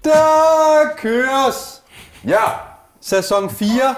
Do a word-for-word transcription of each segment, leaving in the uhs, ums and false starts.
Der køres! Ja! Sæson fire.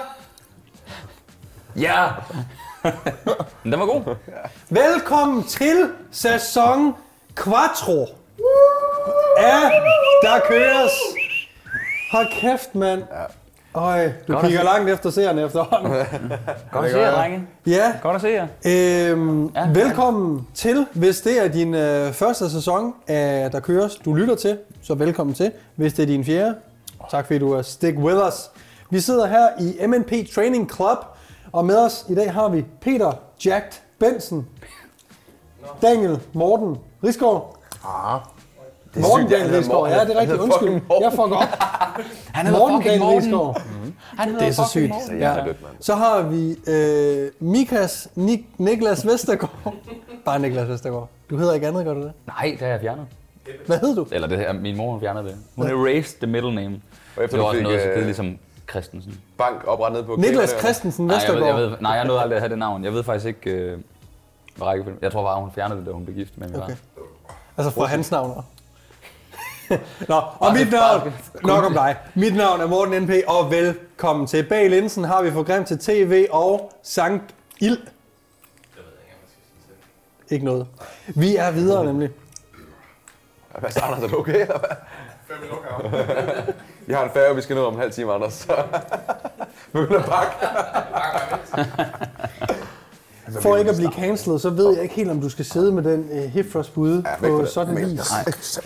Ja! Den var god. Velkommen til sæson Quattro af Der køres. Hold kæft, mand. Øj, du Godt kigger langt efter seerne efterhånden. Godt at se jer, drenge. Ja. Godt at se jer. Øhm, Ja. Velkommen til, hvis det er din øh, første sæson af Der køres, du lytter til, så velkommen til. Hvis det er din fjerde, tak fordi du er stick with us. Vi sidder her i M N P Training Club, og med os i dag har vi Peter Jack Benson, Daniel Morten Risgaard. Ah. Morten Daniel Risgaard, ja, det er rigtigt, undskyld. Jeg får godt. Han hedder Morten fucking Daniel Morten. Risgaard. Han hedder Det er så sygt. Morten. Ja. Så har vi øh, Mikas Nik- Niklas Vestergaard. Bare Niklas Vestergaard. Du hedder ikke andet, gør du det? Nej, det har jeg fjernet. Hvad hedder du? Eller det her, min mor fjernede det. Hun erased the middle name. Og efter Det var du også fik noget så øh, kedeligt som Christensen. bank oprettet på Niklas kælderen. Christensen Nej, jeg ved, Vestergaard. jeg ved, nej, jeg nåede aldrig at have det navn. Jeg ved faktisk ikke, øh, hvad rækkefølgen. Jeg tror bare, hun fjernede det, da hun blev gift med min Okay. far. Altså fra hans navn. Nå, og mit navn, nok om dig. Mit navn er Morten N P, og velkommen til. Bag linsen har vi for Grim til T V og Sankt Ild. Ikke noget. Vi er videre nemlig. Hvad så, Anders? Er du okay, eller hvad? Fem minutter. Jeg har en færge, vi skal nå om en halv time, Anders. Så begynder at pakke. For ikke at blive cancelled, så ved jeg ikke helt, om du skal sidde med den uh, hip-thrust-bude Ja, væk på med det. sådan Væk. vis.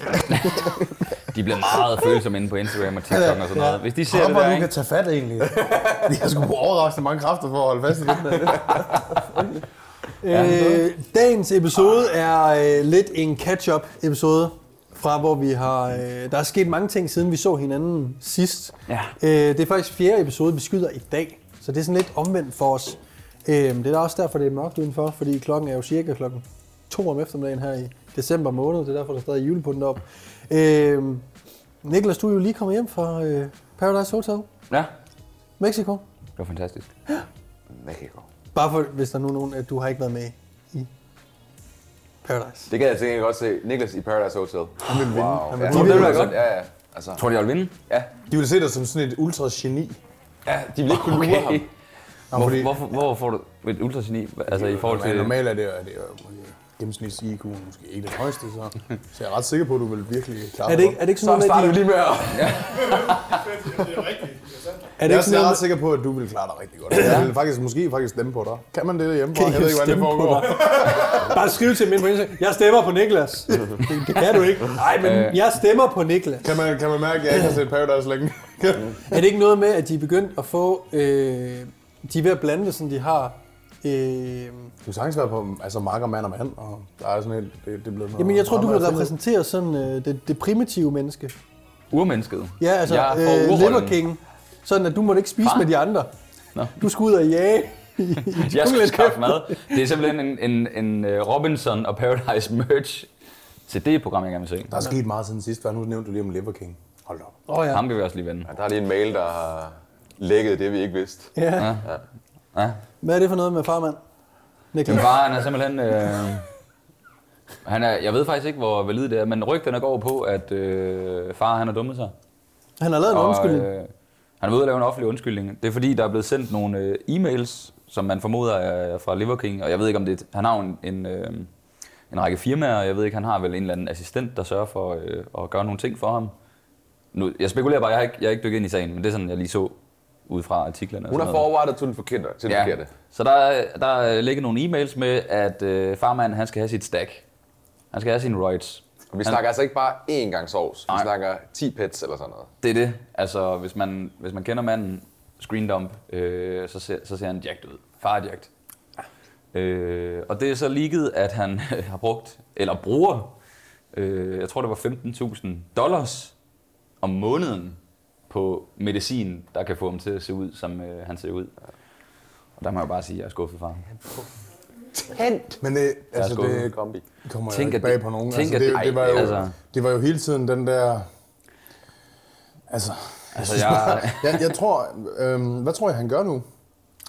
De bliver meget følsomme inde på Instagram og TikTok og sådan noget. Hvis de ser det Håber, der, du ikke? kan tage fat egentlig. De har sgu overraskende mange kræfter for at holde fast i det. Øh, dagens episode er øh, lidt en catch-up episode fra hvor vi har, øh, der er sket mange ting siden vi så hinanden sidst. Ja. Øh, det er faktisk fjerde episode, vi skyder i dag, så det er sådan lidt omvendt for os. Øh, det er også derfor, det er mørkt udenfor, fordi klokken er jo cirka klokken to om eftermiddagen her i december måned. Det er derfor, der stadig er julepynten op. Øh, Niklas, du er jo lige kommet hjem fra øh, Paradise Hotel, Ja, Mexico. det var fantastisk. Mexico. Bare for, hvis der nu er nogen, at du har ikke været med i Paradise. Det kan jeg tænke godt se. Niklas i Paradise Hotel. Han vil vinde. Wow. Han vil Ja, Tror du, det bliver altså, godt? Ja, ja. Altså, Tror du, jeg vil vinde? ja. De vil se dig som sådan et ultra-geni. ja, de vil ikke kunne lure ham. Nå, Hvor, fordi- hvorfor, hvor får du et ultrageni? Altså i forhold Men til... normalt er det, er det jo gennemsnits I Q måske ikke det højeste, så, så jeg er ret sikker på, at du vil virkelig klare Er det ikke, er det ikke Så sådan starter noget vi med, lige med at... Det er rigtigt. Det er sandt. er det Jeg ikke sådan er noget ret sikker på, at du vil klare dig rigtig godt. Jeg vil faktisk, måske faktisk stemme på dig. Kan man det derhjemme? Kan Jeg ved I ikke, hvordan det stemme på foregår. med, bare skriv til min på Instagram. Jeg stemmer på Niklas. Det, det kan du ikke. Nej, men jeg stemmer på Niklas. Kan man, kan man mærke, at jeg ikke har set Paradise længe? Er det ikke noget med, at de er begyndt at få... Øh, de er ved at blande det, sådan de har... Øh, Du sagtens være på altså marker mand og mand, og der er sådan et, det, det er blevet noget... jamen, jeg tror, du vil meget mere repræsentere sådan øh, det, det primitive menneske. Urmennesket. Ja, altså Jeg får øh, urrollen. Liver King. Sådan, at du må ikke spise Far. med de andre. Nå. Du skal ud og jage. Jeg skal skaffe mad. Det er simpelthen en, en, en uh, Robinson og Paradise merch C D-program, jeg gerne vil se. Der er sket meget siden sidst, for nu nævnte du lige om Liver King. Hold da op. Åh oh, ja. Ham kan vi også lige vende. Ja, der er lige en mail, der har lækket det, vi ikke vidste. ja. Ja. Hvad er det for noget med farmand? Min Niklas? far, han er simpelthen... Øh, han er, jeg ved faktisk ikke, hvor valid det er, men rygterne går på, at øh, far han har dummet sig. Han har lavet en undskyldning. Øh, han er ude at lave en offentlig undskyldning. Det er fordi, der er blevet sendt nogle øh, e-mails, som man formoder er fra Liver King, og jeg ved ikke, om det er, han har jo en, en, øh, en række firmaer, og jeg ved ikke, han har vel en eller anden assistent, der sørger for øh, at gøre nogle ting for ham. Nu, jeg spekulerer bare, jeg har ikke, jeg har ikke dykket ind i sagen, men det er sådan, jeg lige så ud fra artiklerne. og Hun har sådan noget. forarbejdet til den forkerte. Til den Ja, forkerte. så der, er- der er ligger nogle e-mails med, at øh, farmanden han skal have sit stack. Han skal have sine roids. Og vi snakker altså ikke bare én gang sovs. Vi Nej. snakker ti pets eller sådan noget. Det er det. Altså, hvis man, hvis man kender manden, screendump, øh, så, ser, så ser han jacked ud. Far er jacked. Øh, og det er så leaget, at han har brugt, eller bruger, øh, jeg tror det var femten tusind dollars om måneden på medicin, der kan få ham til at se ud, som øh, han ser ud. Og der må jeg bare sige, at jeg er skuffet far. Men øh, altså, sgu det Kombi. kommer Tænk, jeg ikke at det- bag på nogen. tænk, Altså, at det, det- det, var jo, altså- det var jo hele tiden den der... Altså, Altså, jeg, jeg, jeg tror... Øhm, hvad tror jeg, han gør nu?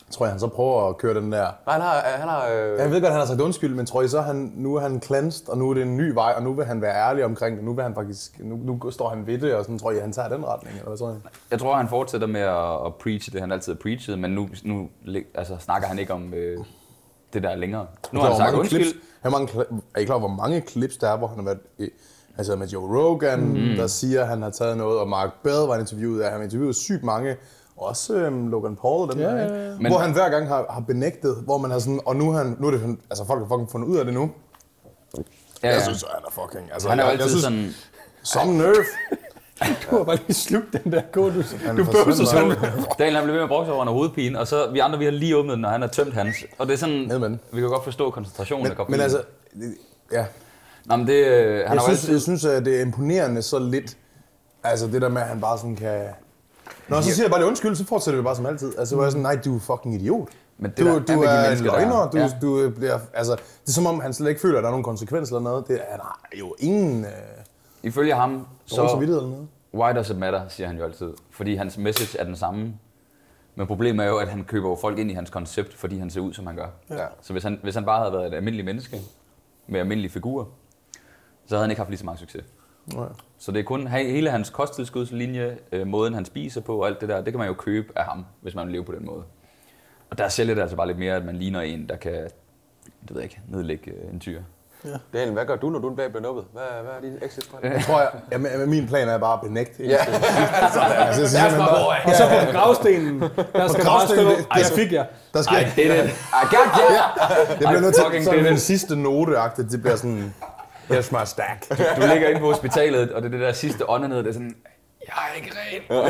tror jeg, han så prøver at køre den der... Nej, han har... Han har øh... Jeg ved godt, han har sagt undskyld, men tror I så, han, nu er han cleansed, og nu er det en ny vej, og nu vil han være ærlig omkring det. Nu vil han faktisk... Nu, nu står han ved det, og sådan tror jeg, han tager den retning, eller hvad tror jeg? Jeg tror, han fortsætter med at, at preache det, han altid har preachet, men nu, nu altså, snakker han ikke om øh, det der længere. Nu har han sagt undskyld. Clips, han mange, er I klar, hvor mange clips der er, hvor han har været... I, altså med Joe Rogan, mm. der siger, at han har taget noget, og Mark Bell var interviewet af. Han har interviewet sygt mange. Også øhm, Logan Paul og dem ja, der, ja, ikke? ja. Men, hvor han hver gang har, har benægtet, hvor man har sådan, og nu, han, nu er det, altså folk har fucking fundet ud af det nu. Ja, ja. Jeg synes, at han er fucking, altså han er jo jeg, altid jeg synes, sådan... Some nerve. Du har bare lige slugt den der kode, du, du forsvinder bøvser sådan. Daniel han blev ved med at brokke sig over en hovedpine, og så vi andre vi har lige åbnet den, og han har tømt hans. Og det er sådan, Ned med den. vi kan godt forstå koncentrationen, der Men, kommer men ind. altså, det- ja. Nå, men det, øh, han Jeg har synes, altid... jeg synes, at det er imponerende så lidt, altså det der med, at han bare sådan kan... Når så siger jeg bare det undskyld, så fortsætter vi bare som altid. Altså, hvor jeg er sådan, nej, du er fucking idiot. Men det Du, der du er med de er en mennesker, der er. løgner, du, Ja. du bliver, altså, det er som om, han slet ikke føler, at der er nogen konsekvens eller noget. Det er der jo ingen øh, Ifølge ham, så... så... vidtighed eller noget. Why does it matter, siger han jo altid. Fordi hans message er den samme. Men problemet er jo, at han køber jo folk ind i hans koncept, fordi han ser ud, som han gør. Ja. Så hvis han, hvis han bare havde været et almindeligt menneske, med almindelige figurer, så havde han ikke haft lige så meget succes. Nej. Så det er kun hele hans kosttilskudslinje, øh, måden han spiser på og alt det der, det kan man jo købe af ham, hvis man vil leve på den måde. Og der sælger det altså bare lidt mere, at man ligner en, der kan, det ved jeg ikke, nedlægge øh, en tyr. Daniel, hvad gør du, når du en dag bliver nubbet? Hvad, hvad er din exit-strategi? Jeg tror, jeg, ja, min plan er bare at benægte. Ja. Altså, jeg siger, man bare, Og så på gravstenen, der skal der bare gravstenen, stå, det- ej, jeg fik jer. der skal, Ej, det er det. I got you! jeg bliver nødt fucking til, sådan did den it. sidste note-agtigt, det bliver sådan, here's my stack. Du ligger inde på hospitalet, og det er det der sidste åndened, det er sådan, jeg er ikke ren.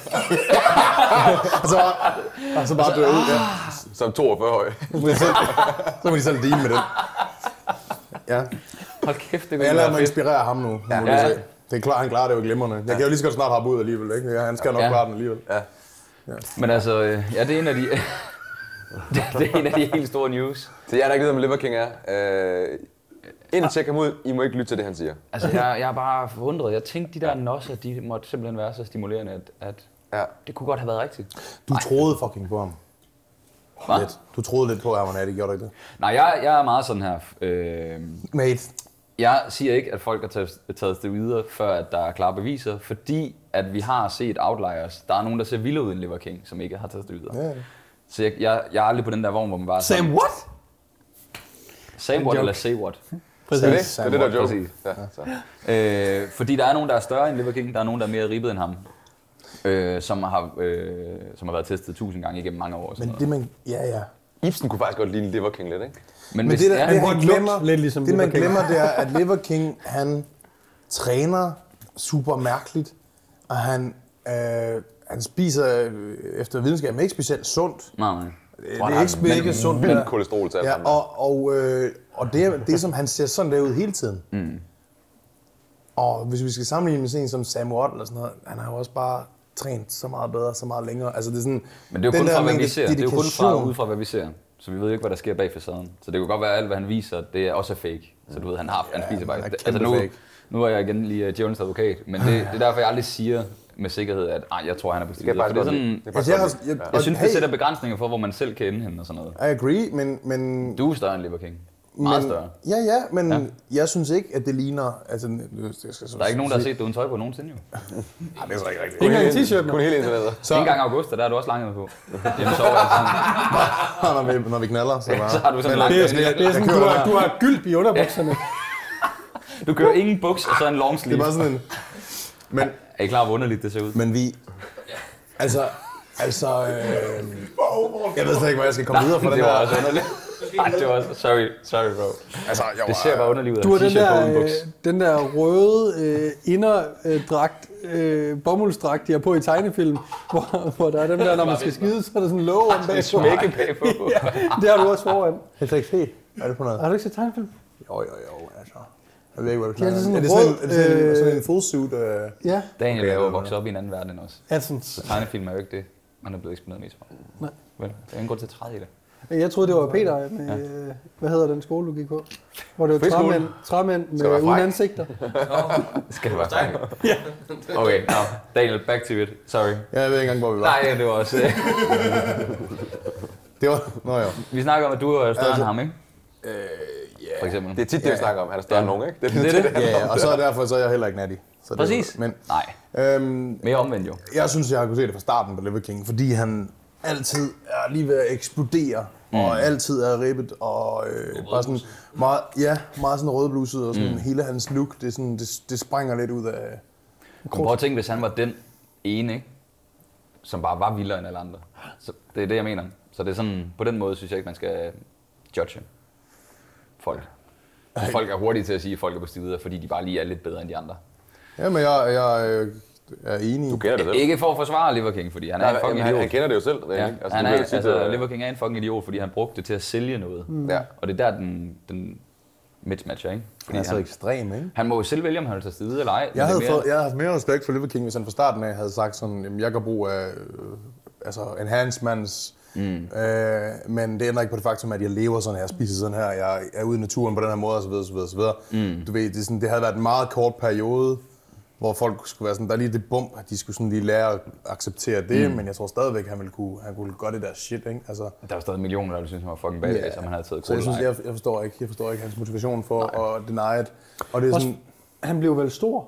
Og så, og så bare dø ud. Ja. Som toogfyrre høj. Så må de selv, så må de selv deal med den. Ja. Hold kæft, det Jeg kunne lader være mig fedt. inspirere ham nu. Ja. Ja. Se. Det er klar, han klarer det jo glimrende. Jeg kan jo lige så godt snart hoppe ud alligevel, ikke? Ja, han skal nok Ja. klare den alligevel. Ja. Men altså, øh, ja, det er en af de, det det er en af de helt store news. Så jeg der ikke ved, om Liver King er. Øh, ind og tjek ham ud. I må ikke lytte til det, han siger. Altså, jeg, jeg er bare forundret. Jeg tænkte, de der nosser, de måtte simpelthen være så stimulerende, at, at Ja. det kunne godt have været rigtigt. Du troede fucking på ham. Hva? Lidt. Du troede lidt på Herman Adi, gjorde du ikke det? Nej, jeg, jeg er meget sådan her. Øh, Mate. jeg siger ikke, at folk har taget, taget det videre, før at der er klare beviser, fordi at vi har set outliers. Der er nogen, der ser vildere ud end Liver King, som ikke har taget det videre. Ja. Så jeg, jeg, jeg er aldrig på den der vogn, hvor man bare er sådan, Sam what? say what eller say what. Det er det, det, Sam er det der er joke. Præcis. Ja, så. Øh, fordi der er nogen, der er større end Liver King, der er nogen, der er mere ribbet end ham. Øh, som, har, øh, som har været testet tusind gange igennem mange år. Og sådan Men noget. det man... Ja, ja. Ibsen kunne faktisk godt lide Liver King lidt, ikke? Men, Men hvis, det, der, ja, det, Han han godt glemmer, lugte lidt ligesom det man Liver King. glemmer, det er, at Liver King, han træner super mærkeligt, og han, øh, han spiser øh, efter videnskab, men ikke specielt sundt. nej, nej. Det er ikke, men, ikke sundt. Vildt Ja. kolesterol til alt Ja, sammen. og, og, øh, og det, er- det er som han ser sådan der ud hele tiden. Mm. Og hvis vi skal sammenligne med sådan en som Sam Watt eller sådan noget, han har jo også bare trænet så meget bedre, så meget længere. Altså det er sådan, Men det er jo den kun der fra, hvad mængde vi ser. Det er jo kun fra, dedikation. ud fra, hvad vi ser. Så vi ved jo ikke, hvad der sker bag facaden. Så det kunne godt være, at alt, hvad han viser, det er også fake. Så du ved, han har han spiser han bare. er Altså kæmpe nu, fake. nu er jeg igen lige uh, Djævelens advokat, men det, det er derfor, jeg aldrig siger med sikkerhed, at ej, jeg tror, han er på Det kan jeg stilet. For faktisk det er godt sådan, lide. Det er Altså, faktisk jeg, godt har, lide. jeg, Ja. jeg synes, hey, det sætter begrænsninger for, hvor man selv kan ende henne og sådan noget. I agree, men... men Du er større end Liver King. Meget men, større. Ja, ja, men Ja. ja. jeg synes ikke, at det ligner... Altså, det skal, så Der er ikke nogen, der har set det uden tøj på nogensinde jo. Nej, det er så ikke rigtigt. Ikke engang en t-shirt, Kun man. hele internettet. Så, Ikke engang Augusta, der er du også langt på. Hjemme sover altså. når, vi, når vi knaller, så bare... Så har du sådan Men- langt. Det er, sådan, det er sådan, du har, du har gyld i underbukserne. Du kører ingen buks og så en long Det sleeve. er bare sådan en... Men, Er I klar, hvor underligt det ser ud? men vi... Altså... Altså... Øh, jeg ved slet ikke, hvor jeg skal komme videre fra den det var her... også underligt. Nej, det var også... Sorry, sorry bro. Altså, jeg Det ser bare underligt ud Du har af den t-shirt på der, uden buks. øh, den der røde øh, inderdragt, øh, bomuldsdragt, de har på i tegnefilm, hvor, hvor der er dem der, når man skal skide, så er der sådan en låg om bagpå. Smække bagpå. Ja, det har du også foran. Jeg har ikke set. Hvad er det for noget? Har du ikke set tegnefilm? Jo, jo, jo, altså. Jeg ved ikke, hvad du Ja, det er snakker om. sådan Er det sådan, rød, er det sådan, øh, sådan en full suit? Øh... Ja, Daniel Okay, er jo det var vokset op i en anden verden også. Adsens. Så tegnefilm er jo ikke det, man er blevet eksponeret mest for. Nej. Vel, der er ingen grund til at træde i det. Jeg troede, det var Peter med, ja. hvad hedder den skole, du gik på? Hvor det var Friskole. træmænd, træmænd Skal du med være uden fræk? ansigter. Skal det være fræk? Ja. Okay, no. Daniel, back to it. Sorry. Jeg ved ikke engang, hvor vi var. Nej, det var også... Det var... Nå jo. Vi snakker om, at du er større Altså- end ham, ikke? Øh, For eksempel. Det er tit det, vi snakker om. Han er større end nogen, ikke? Det er det. Ja, og så er derfor så er jeg heller ikke natty. Så det, Præcis. Men, Nej, øhm, mere omvendt jo. jeg synes, jeg har kunnet se det fra starten på Liver King, fordi han altid er lige ved at eksplodere, mm. og altid er ribbet, og øh, bare sådan meget, ja, meget sådan rødbluset, og sådan mm. hele hans look, det, er sådan, det, det springer lidt ud af... Men prøv at tænke, hvis han var den ene, ikke? Som bare var vildere end alle andre. Så det er det, jeg mener. Så det er sådan, på den måde synes jeg ikke, man skal judge folk. Så folk er hurtige til at sige, at folk er på stividere, fordi de bare lige er lidt bedre end de andre. Ja, men jeg, jeg øh, er enig. Du kender det selv. Ikke for at forsvare Liver King, fordi han er Nej, en fucking jamen, han, idiot. han kender det jo selv. Det, Ja, ikke? altså, han du er, kan jo sige, altså, det- Liver King er en fucking idiot, fordi han brugte det til at sælge noget. Mm. Ja. Og det er der, den, den mismatcher, ikke? Fordi Han er så han, ekstrem, ikke? han må jo selv vælge, om han vil tage sted eller ej. men Jeg det er havde, mere- fået, jeg havde haft mere respekt for Liver King, hvis han fra starten af havde sagt sådan, at jeg kan bruge af, øh, altså enhancements, mm. øh, men det ændrer ikke på det faktum, at jeg lever sådan her, spiser sådan her, jeg er ude i naturen på den her måde, osv. osv., osv. Mm. Du ved, det, er sådan, det havde været en meget kort periode, hvor folk skulle være sådan, der er lige det bump, at de skulle sådan lige lære at acceptere det, mm. men jeg tror stadigvæk, han ville kunne, han kunne gøre det der shit, ikke? Altså, Der er jo stadig millioner, der ville synes, han var fucking badass, Ja. som han havde taget så jeg, synes, cola. jeg, jeg, forstår ikke, jeg forstår ikke hans motivation for at deny it. Og det er Også, sådan, han blev vel stor.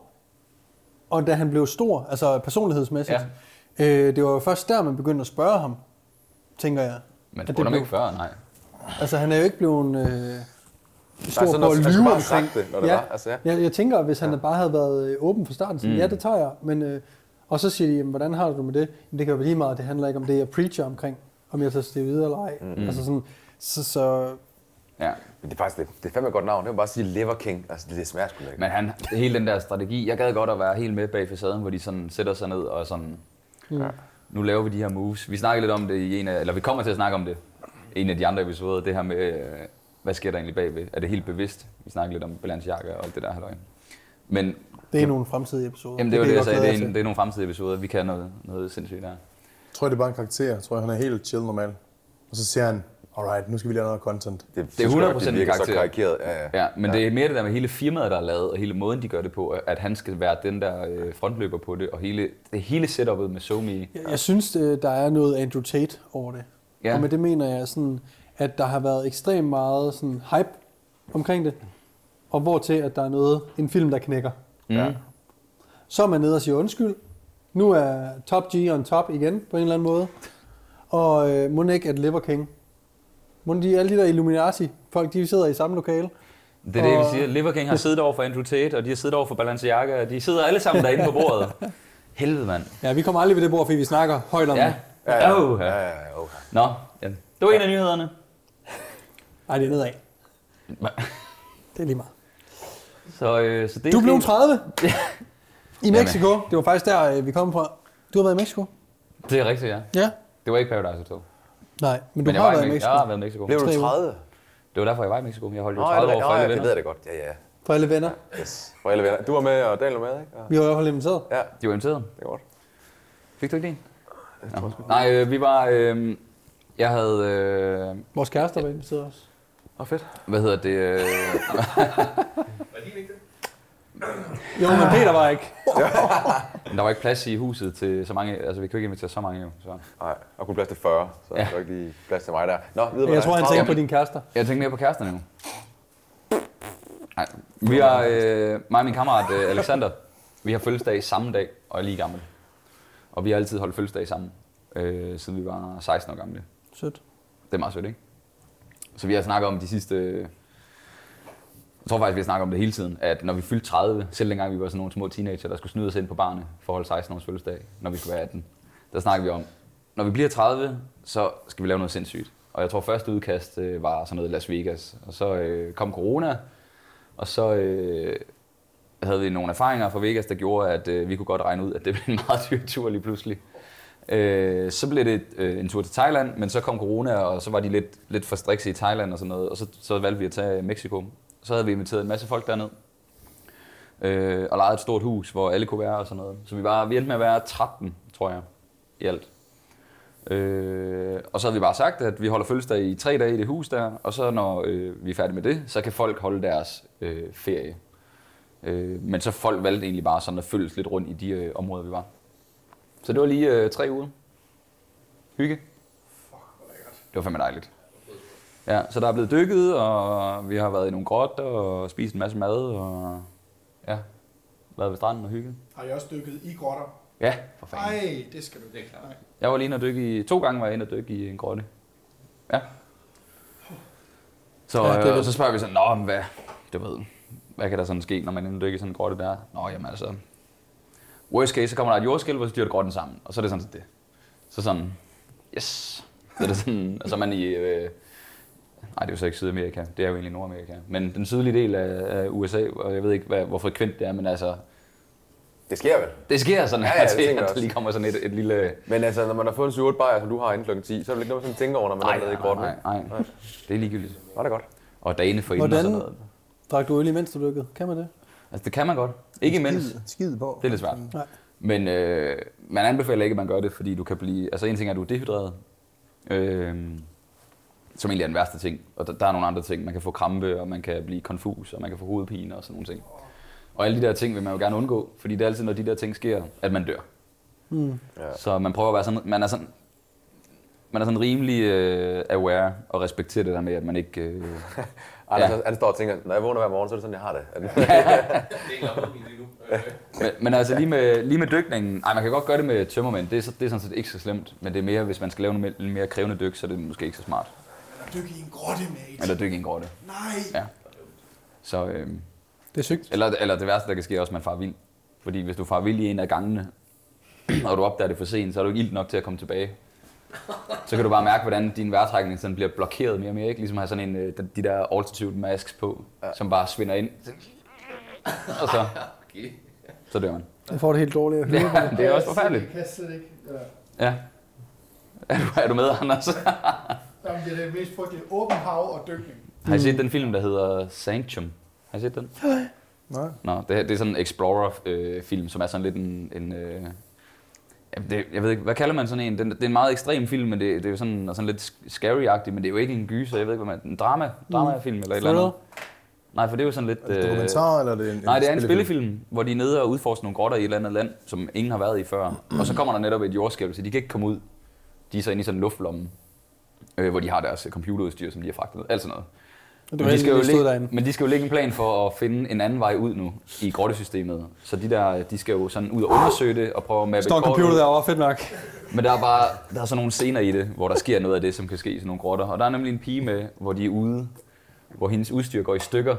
Og da han blev stor, altså personlighedsmæssigt, ja. øh, det var jo først der, man begyndte at spørge ham, tænker jeg. Men At det det blev blev- ikke før, nej. Altså, han er jo ikke blevet øh, stor sådan på noget- at han skulle lyve bare omkring. have sagt det, når det ja. var, altså, ja. jeg, jeg tænker, hvis han bare havde været øh, åben fra starten, så mm. ja, det tager jeg. Men, øh, og så siger de, jamen, hvordan har du med det? Jamen, det kan jo være lige meget, det handler ikke om det, jeg preacher omkring, om jeg tager det videre eller ej. Mm. Altså sådan, så, så Ja. Men det er faktisk det, det er fandme et godt navn. Det er bare at sige Liver King. Altså, det, det smager sgu da ikke. Men han, hele den der strategi, jeg gad godt at være helt med bag facaden, hvor de sådan sætter sig ned og sådan, mm. nu laver vi de her moves. Vi snakker lidt om det i en af, eller vi kommer til at snakke om det i en af de andre episoder, det her med, øh, hvad sker der egentlig bagved? Er det helt bevidst? Vi snakker lidt om Balenciaga og alt det der halløj. Men det er nogle fremtidige episoder. jamen, det var det, kan jeg godt sagde, det glæde er, jer en, det er nogle fremtidige episoder, vi kan noget, noget sindssygt der. jeg tror, det er bare en karakter. Jeg tror, han er helt chill normal. Og så siger han, alright, nu skal vi lave noget content. Det er synes jeg hundrede godt, procent det virker en karakter. så karikeret. Ja, ja. Ja, men ja. Det er mere det der med hele firmaet, der er lavet, og hele måden, de gør det på, at han skal være den der øh, frontløber på det, og hele, det hele setupet med SoMe. Jeg, jeg synes, det, der er noget Andrew Tate over det. Ja. Og med det mener jeg sådan, at der har været ekstremt meget sådan hype omkring det, og hvor til, at der er noget, en film, der knækker. Mm. Ja. Så er man nede og siger undskyld. Nu er Top G on top igen, på en eller anden måde. Og øh, må ikke, at Liver King. Må de, alle de der Illuminati-folk, de sidder i samme lokale. Det er det, jeg vil Og- sige. Liver King har siddet over for Andrew Tate, og de har siddet over for Balenciaga, og de sidder alle sammen derinde på bordet. Helvede, mand. Ja, vi kommer aldrig ved det bord, fordi vi snakker højt om Ja. det. Ja, ja. Oh, Ja, ja. ja, ja, okay. Nå, ja. Det var en af nyhederne. Ej, det er nedad. Det er lige meget. Så, øh, så det Du er blev fint. tredive i Mexico. Det var faktisk der, øh, vi kom fra. Du har været i Mexico? Det er rigtigt, ja. Ja. Det var ikke Paradise Hotel. Nej, men du Men jeg har var været i i Mexico. Mexico. Jeg har været i Mexico. Blev du Tre uger. tredive? Det var derfor, jeg var i Mexico. Jeg holdt jo Nå, tredive ja, år for ja, alle det venner. ved jeg da godt. Ja, ja. For alle venner. Yes. For alle venner. Du var med, og Daniel var med, ikke? Ja. Vi har jo holdt inviteret. Ja, De var inviteret. det er godt. Fik du ikke din? Nå. Nej, øh, vi var... Øh, jeg havde... Øh, Vores kærester var inviteret også. Åh, fedt. hvad hedder det? Øh, Var din ikke det? Jo, men Peter var ikke. der var ikke plads i huset til så mange... Altså, vi kunne ikke invitere så mange jo. Så. Nej, og kunne plads til fyrre, så Ja. ja. der var ikke lige plads til mig der. Nå, videre med Jeg dig. tror, han tredive. tænker på dine kærester. Jeg tænkte mere på kæresterne nu. Nej, vi har... Øh, mig og min kammerat øh, Alexander, vi har fødselsdag samme dag, og er lige gamle. Og vi har altid holdt fødselsdag sammen, øh, siden vi var seksten år gamle. Sødt. Det er meget sødt, ikke? Så vi har snakket om de sidste... Jeg tror faktisk, vi har snakket om det hele tiden, at når vi fyldte tredive, selv dengang vi var sådan nogle små teenager, der skulle snyde os ind på barne for at holde seksten års fødselsdag, når vi skulle være atten, der snakkede vi om, når vi bliver tredive, så skal vi lave noget sindssygt. Og jeg tror, første udkast øh, var sådan noget Las Vegas, og så øh, kom corona, og så øh, havde vi nogle erfaringer fra Vegas, der gjorde, at øh, vi kunne godt regne ud, at det blev en meget dyr tur lige pludselig. Øh, så blev det øh, en tur til Thailand, men så kom corona, og så var de lidt, lidt for strikse i Thailand og sådan noget, og så, så valgte vi at tage Mexico. Så havde vi inviteret en masse folk derned, øh, og lejet et stort hus, hvor alle kunne være og sådan noget. Så vi, var, vi endte med at være tretten, tror jeg, i alt. Øh, og så havde vi bare sagt, at vi holder fødselsdag i tre dage i det hus der, og så når øh, vi er færdige med det, så kan folk holde deres øh, ferie. Øh, men så folk valgte egentlig bare sådan at følges lidt rundt i de øh, områder, vi var. Så det var lige øh, tre uger. Hygge. Fuck, hvor lækkert. var fandme dejligt. Ja, så der er blevet dykket, og vi har været i nogle grotter og spist en masse mad, og ja, været ved stranden og hygget. Har I også dykket i grotter? Ja, for fanden. Nej, det skal du Det er klart. Nej. Jeg var lige inde og dykke i, to gange var jeg inde og dykke i en grotte. Ja. Så, Ja, det er øh, og det. så spørger vi sådan, nå, men hvad, du ved, hvad kan der sådan ske, når man er inde og dykke i sådan en grotte der? Nå, jamen altså, worst case, så kommer der et jordskælv, og så styrter grotten sammen, og så er det sådan set det. Så sådan, yes. Så er det sådan, og så er man i, øh, nej, det er jo så ikke Sydamerika, det er jo egentlig Nordamerika, men den sydlige del af, af U S A, og jeg ved ikke, hvad, hvor frekvent det er, men altså, Det sker vel. det sker sådan, Ja, ja, ja, ja, det at, tænker jeg at der også. lige kommer sådan et, et lille... Men altså, når man har fået en syv otte bajer, som du har inden klokken ti, så er det ikke noget, man sådan tænker over, når man Nej, er nede i nej, grotten. nej, nej, nej, det er ligegyldigt. Var det godt? Og dagene for inden og Hvordan sådan noget. drak du øl imens du dykkede? Kan man det? Altså, det kan man godt. Ikke imens. Skide, skide på. Det er lidt svært. Nej. Men øh, man anbefaler ikke, at man gør det, fordi du kan blive... Altså, en ting er, at du er dehydreret. Øh, som egentlig er den værste ting. Og der, der er nogle andre ting. Man kan få krampe, og man kan blive konfus, og man kan få hovedpine og sådan nogle ting. Og alle de der ting vil man jo gerne undgå, fordi det er altid, når de der ting sker, at man dør. Mm. Ja. Så man prøver at være sådan... Man er sådan, man er sådan rimelig øh, aware og respekterer det der med, at man ikke... Øh, Anders, Ja. ja. han står og tænker, når jeg vågner hver morgen, så er det sådan, jeg har det. Det er ikke nok lige nu. Øh, Men, men altså lige med, lige med dykningen, ej, man kan godt gøre det med tømmermænd, det er, så- det er sådan set ikke så slemt, men det er mere, hvis man skal lave noget mere, mere krævende dyk, så er det måske ikke så smart. Eller dykke i en grotte, mate. Eller dykke i en grotte. Nej. Ja. Så, øhm, Det er sygt. eller, eller det værste, der kan ske, er også, at man farer vild. Fordi hvis du farer vild i en af gangene, og du opdager det for sent, så er du ikke ild nok til at komme tilbage. Så kan du bare mærke, hvordan din vejrtrækning sådan bliver blokeret mere og mere, ikke? Ligesom at have sådan en, øh, de- de der altitude masks på, ja. som bare svinder ind. Og så, okay. så dør man. Jeg får det helt dårligt at høre på. Ja, det er også forfærdeligt. Jeg kan slet ikke. Ja. Ja. Er du, er du med, Anders? Jamen, det er det mest frygtelige. Åben hav og dykning. Har I set den film, der hedder Sanctum? Har I set den? Nej. Nå, det, det er sådan en Explorer-film, som er sådan lidt en... en øh, ja, det, jeg ved ikke, hvad kalder man sådan en? Den, det er en meget ekstrem film, men det, det er jo sådan, og sådan lidt scary-agtig, men det er jo ikke en gyser, jeg ved ikke, hvad man... En drama, drama-film eller et eller andet. Nej, for det er jo sådan lidt... Er det dokumentar, eller er det en, Nej, det er en spillefilm? spillefilm, hvor de er nede og udforsker nogle grotter i et eller andet land, som ingen har været i før. Og så kommer der netop et jordskælv, så de kan ikke komme ud. De er så inde i sådan en luftlomme, øh, hvor de har deres computerudstyr, som de har fragtet. Alt sådan noget. Det Men var de, skal jo heldigt, lægge, derinde. men de skal jo lægge en plan for at finde en anden vej ud nu i grottesystemet. Så de der, de skal jo sådan ud og undersøge det og prøve at mappe Står et kort computer ud. derovre, fedt nok. Men der er bare der er sådan nogle scener i det, hvor der sker noget af det, som kan ske i sådan nogle grotter. Og der er nemlig en pige med, hvor de er ude, hvor hendes udstyr går i stykker.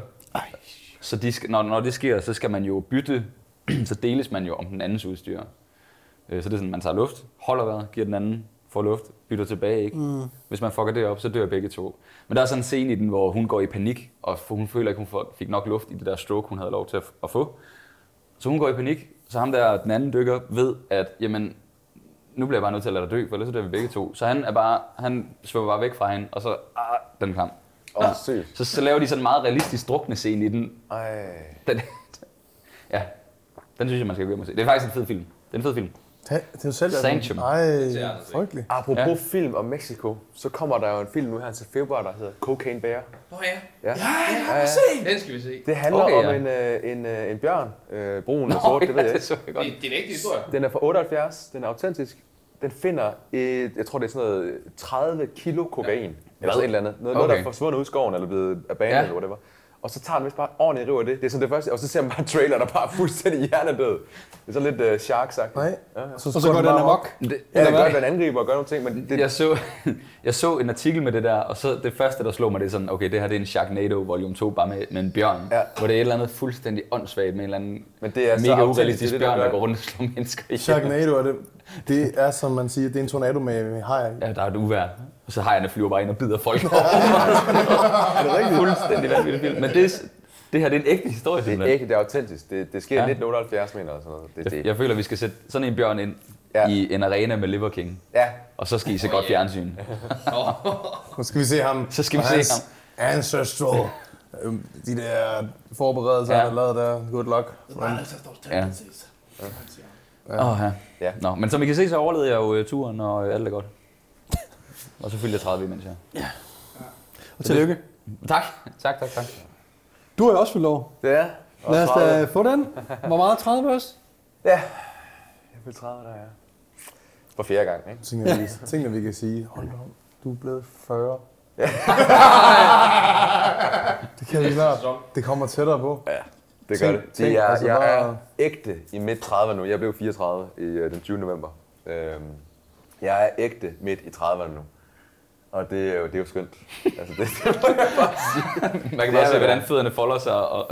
Så de skal, når, når det sker, så skal man jo bytte, så deles man jo om den andens udstyr. Øh, Så det er sådan, man tager luft, holder vejret, giver den anden, får luft, bytter tilbage, ikke? Mm. Hvis man fucker det op, så dør begge to. Men der er sådan en scene i den, hvor hun går i panik, og hun føler ikke, hun får- fik nok luft i det der stroke, hun havde lov til at, at få. Så hun går i panik, så ham der, den anden dykker, ved, at jamen, nu bliver jeg bare nødt til at lade dig dø, for ellers så dør vi begge to. Så han er bare, han svømmer bare væk fra hende, og så, ah, den er klam. Åh, oh, sygt. Så, så laver de sådan en meget realistisk drukne scene i den. Ej. Den, ja, den synes jeg, man skal gå hjem og se. Det er faktisk en fed film. Det er en fed film. Det, det er jo selv, Sanctum. Ej, frygteligt. Apropos Ja. ja. film om Mexico, så kommer der jo en film nu her til februar, der hedder Cocaine Bear. Nå ja, Ja. Ja, jeg har den skal vi se. Det handler Okay, okay, ja. om en, øh, en, øh, en bjørn, øh, brun eller sort, det ved jeg det ikke. så jeg godt. Det, det er en ægte historie. Den er fra otteoghalvfjerds, den er autentisk. Den finder, et, jeg tror det er sådan noget tredive kilo kokain, ja. eller sådan et eller andet. Noget, okay. noget der er forsvundet ud i skoven, eller blevet abandoned, Ja. eller whatever. Og så tager den vist bare ordentligt riv af det. Det er sådan det første, og så ser man bare en trailer, der bare er fuldstændig hjernedød. Det er sådan lidt uh, shark-sagt. Nej. Ja, ja. Og så går den amok. Det, Ja, det hvad? gør, at den angriber og gør nogle ting, men det, jeg, så, jeg så en artikel med det der, og så det første, der slog mig, det er sådan, okay, det her det er en Sharknado volume to, bare med, med en bjørn. Ja. Hvor det er et eller andet fuldstændig åndssvagt med en eller anden men det er så mega autentisk, urealistisk det er det, bjørn, der der gør. går rundt og slår mennesker ihjel. Sharknado er det. Det er, som man siger, det er en tornado med, med hajer i. Ja, der er et uvejr. Og så hajerne flyver bare ind og bider folk over. Er det rigtigt? Fuldstændig vanvittigt film. Men det, det her det er en ægte historie, det er simpelthen. ikke, det er autentisk. Det, det sker Ja. i nitten otteoghalvfjerds, mener jeg. Sådan noget. Det, Jeg, det. jeg føler, vi skal sætte sådan en bjørn ind Ja. i en arena med Liver King. Ja, Og så skal I se godt fjernsyn. Nu skal vi se ham. Så skal vi og se hans Ancestral. Øhm, De der forberedelser, Ja. han har lavet der. Good luck. Ja. Åh, oh, ja. Ja. Nå, men som I kan se, så overlevede jeg jo øh, turen, og øh, alt er godt. Og så fyldte jeg tredive, imens jeg... Og tillykke. Tak, tak, tak, tak. Du har jo også fyldt over. det er. Og Lad os tredive. da få den. Hvor meget? tredive også? Ja. Jeg vil tredive der, ja. For fjerde gang, ikke? Tingene, vi, tingene, vi kan sige. Hold da op. Du er blevet fyrre. Det kan vi snart. Det kommer tættere på. Ja, det gør Tænk- det. tænk, det er, altså jeg bare- er ægte i midt trediverne nu. Jeg blev fireogtredive i øh, den tyvende november. Øhm, jeg er ægte midt i trediverne nu. Og det er jo, det er jo skønt. Altså, det, det må jeg bare sige. Man kan Det bare er se, det, hvordan ja. fødderne folder sig. Og...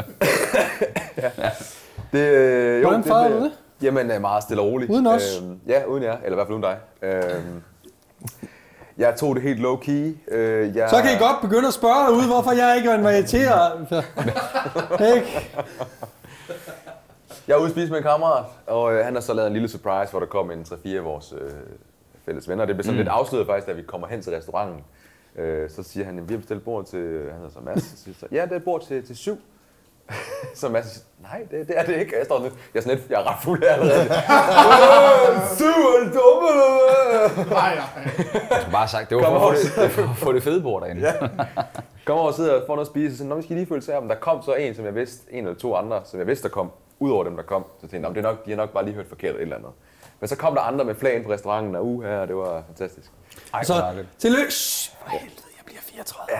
Det, øh, jo, Hvordan fejrer du det? Jamen, øh, meget stille og roligt. Uden os? Øhm, ja, uden jer. Eller i hvert fald uden dig. Øhm, jeg tog det helt low-key. Øh, jeg... Så kan I godt begynde at spørge derude, hvorfor jeg ikke inviteret. Ikke? Jeg er ude at spise med en kammerat, og øh, han har så lavet en lille surprise, hvor der kom en tre fire af vores øh, fælles venner. Det blev sådan mm. lidt afsløret faktisk, da vi kommer hen til restauranten. Øh, så siger han, at vi har bestilt bord til, han hedder så Mads, så siger så, ja, det er et bord til, til syv. Så Mads siger, nej, det, det er det ikke. Jeg står lidt, jeg er sådan lidt, jeg er ret fuld af allerede. Syv, er det dumme, eller hvad? Nej, nej. Jeg skulle bare have sagt, det var for at få det, for at få det fede bord derinde. Ja. Kom over og sidder og får noget at spise, og så, når vi skal lige følge sig om, der kom så en, som jeg vidste, en eller to andre, som jeg vidste, der kom, ud over dem, der kom. Så tænkte jeg, det er nok, de har nok bare lige hørt forkert et eller andet. Men så kom der andre med flag ind på restauranten, og uh, her, det var fantastisk. Ej, Så hvor dejligt. tillykke. Shh, for helvede, jeg bliver fireogtredive.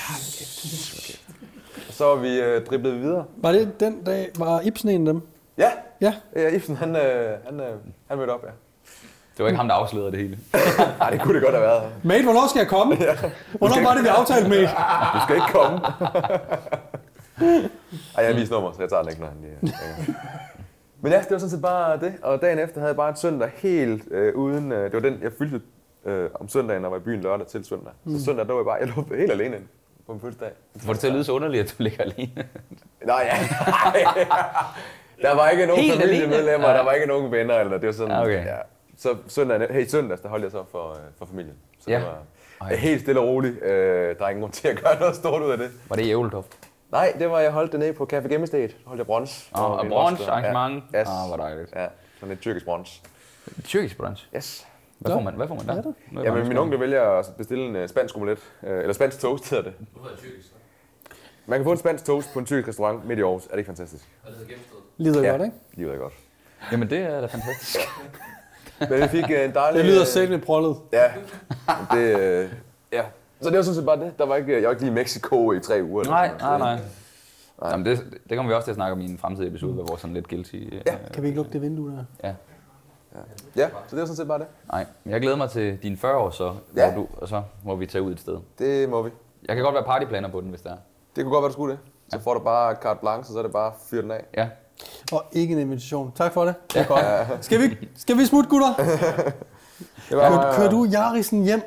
Og så var vi øh, driblet videre. Var det den dag, var Ibsen en af dem? Ja, Ja. ja Ibsen, han, øh, han, øh, han mødte op, ja. Det var ikke ham, der afslørede det hele. Nej, det kunne det godt have været. Mate, hvornår skal jeg komme? Hvornår var det, vi aftalte, mate? Du skal ikke komme. Ej, jeg har vist nummer, så jeg tager den ikke, når han lige... Ja. Men ja, det var sådan set bare det. Og dagen efter havde jeg bare en søndag helt øh, uden... Øh, det var den, jeg fyldte øh, om søndagen, og var i byen lørdag til søndag. Mm. Så søndag, der var jeg bare... Jeg lå helt alene ind på min fødselsdag. Får det til at lyde så underligt, at du ligger alene? Nej, ja. Nej. Der var ikke nogen Helt familiemedlemmer, alene? der var ikke nogen venner, eller det var sådan... Okay. Ja. Så søndag, hey, søndags, der holdt jeg så for, øh, for familien. Så Ja. det var Ej. helt stille og roligt. Øh, der er ingen grund til at gøre noget stort ud af det. Var det i Ævletoft? Nej, det var, jeg holdt det nede på Café Gemmested. Holdt jeg brunch. Og, og min brunch moster. arrangement? Ja. Yes. Ah, hvor dejligt. Ja, sådan et tyrkisk brunch. Tyrkisk brunch? Yes. Hvad får man, hvad får man der? Ja, Nu er jeg Jamen, bare min onkel vælger at bestille en øh, spansk omelet. Øh, eller spansk toast hedder det. Nu hedder det tyrkisk, så. Man kan få en spansk toast på en tyrkisk restaurant midt i Aarhus. Er det ikke fantastisk? Og det hedder Gennemsted. Lyder Ja. godt, ikke? Livet er godt. Jamen, det er da fantastisk. Men vi fik øh, en dejlig... Det lyder øh, selv med prollet. Ja. Det, øh, ja. Så det var sådan set bare det. Der var ikke, jeg var ikke lige i Mexico i tre uger. eller Nej, sådan nej, noget. nej. Jamen, det, det kommer vi også til at snakke om i en fremtidig episode, hvor vores sådan lidt guilty... Ja. øh, Kan vi ikke lukke det vindue der? ja. Ja, så det var sådan set bare det. Nej, men jeg glæder mig til dine fyrre år så, Ja. hvor du, og så må vi tage ud et sted. Det må vi. Jeg kan godt være partyplaner på den, hvis det er. Det kunne godt være, du skulle det. Så får du bare carte blanche, og så er det bare at fyre den af. Ja. Og ikke en invitation. Tak for det. Det er godt. Skal vi, skal vi smutte, gutter? Det var, Kører, kører du Jarisen hjem?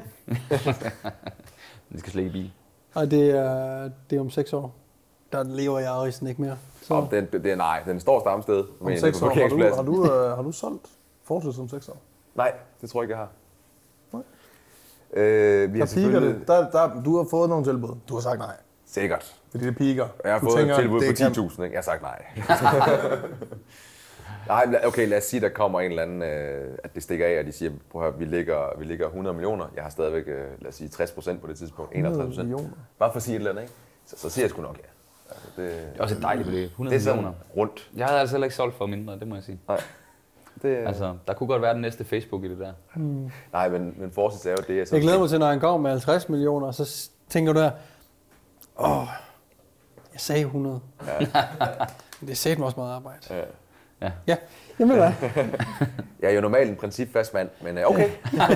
Vi skal slet ikke i bil. Nej, det er, det er om seks år. Der lever Jarisen ikke mere. Så. Om den, det er nej, den står samme sted. Om seks år, har du, har, du, øh, har du solgt Fortis om seks år? Nej, det tror jeg ikke, jeg har. Nej. Øh, vi Der har piker selvfølgelig... det. Der, der, du har fået nogle tilbud. Du har sagt nej. Sikkert. Fordi det piker. Jeg har Du fået tænker, et tilbud det på kan- ti tusind, ikke? Jeg har sagt nej. Nej, men okay, lad os sige, der kommer en eller anden, øh, at det stikker af, og de siger, prøv at høre, vi ligger, vi ligger hundrede millioner. Jeg har stadigvæk, øh, lad os sige, tres procent på det tidspunkt. enogtredive procent. millioner. Bare for at sige et eller andet, ikke? Så, så siger jeg sgu nok ja. Altså, det, Det er også et dejligt beløb. hundrede det er sådan millioner. rundt. Jeg havde altså heller ikke solgt for mindre, det må jeg sige. Nej. Det, Altså, der kunne godt være den næste Facebook i det der. nej, men, men Fortis er jo det, jeg, Jeg glæder mig til, når han kommer med halvtreds millioner, og så s- tænker du der, åh, jeg sagde hundrede. Ja. Det er satme også meget arbejde. Ja. Ja. Ja, jamen hvad? Jeg er jo normalt en principfast mand, men øh, okay.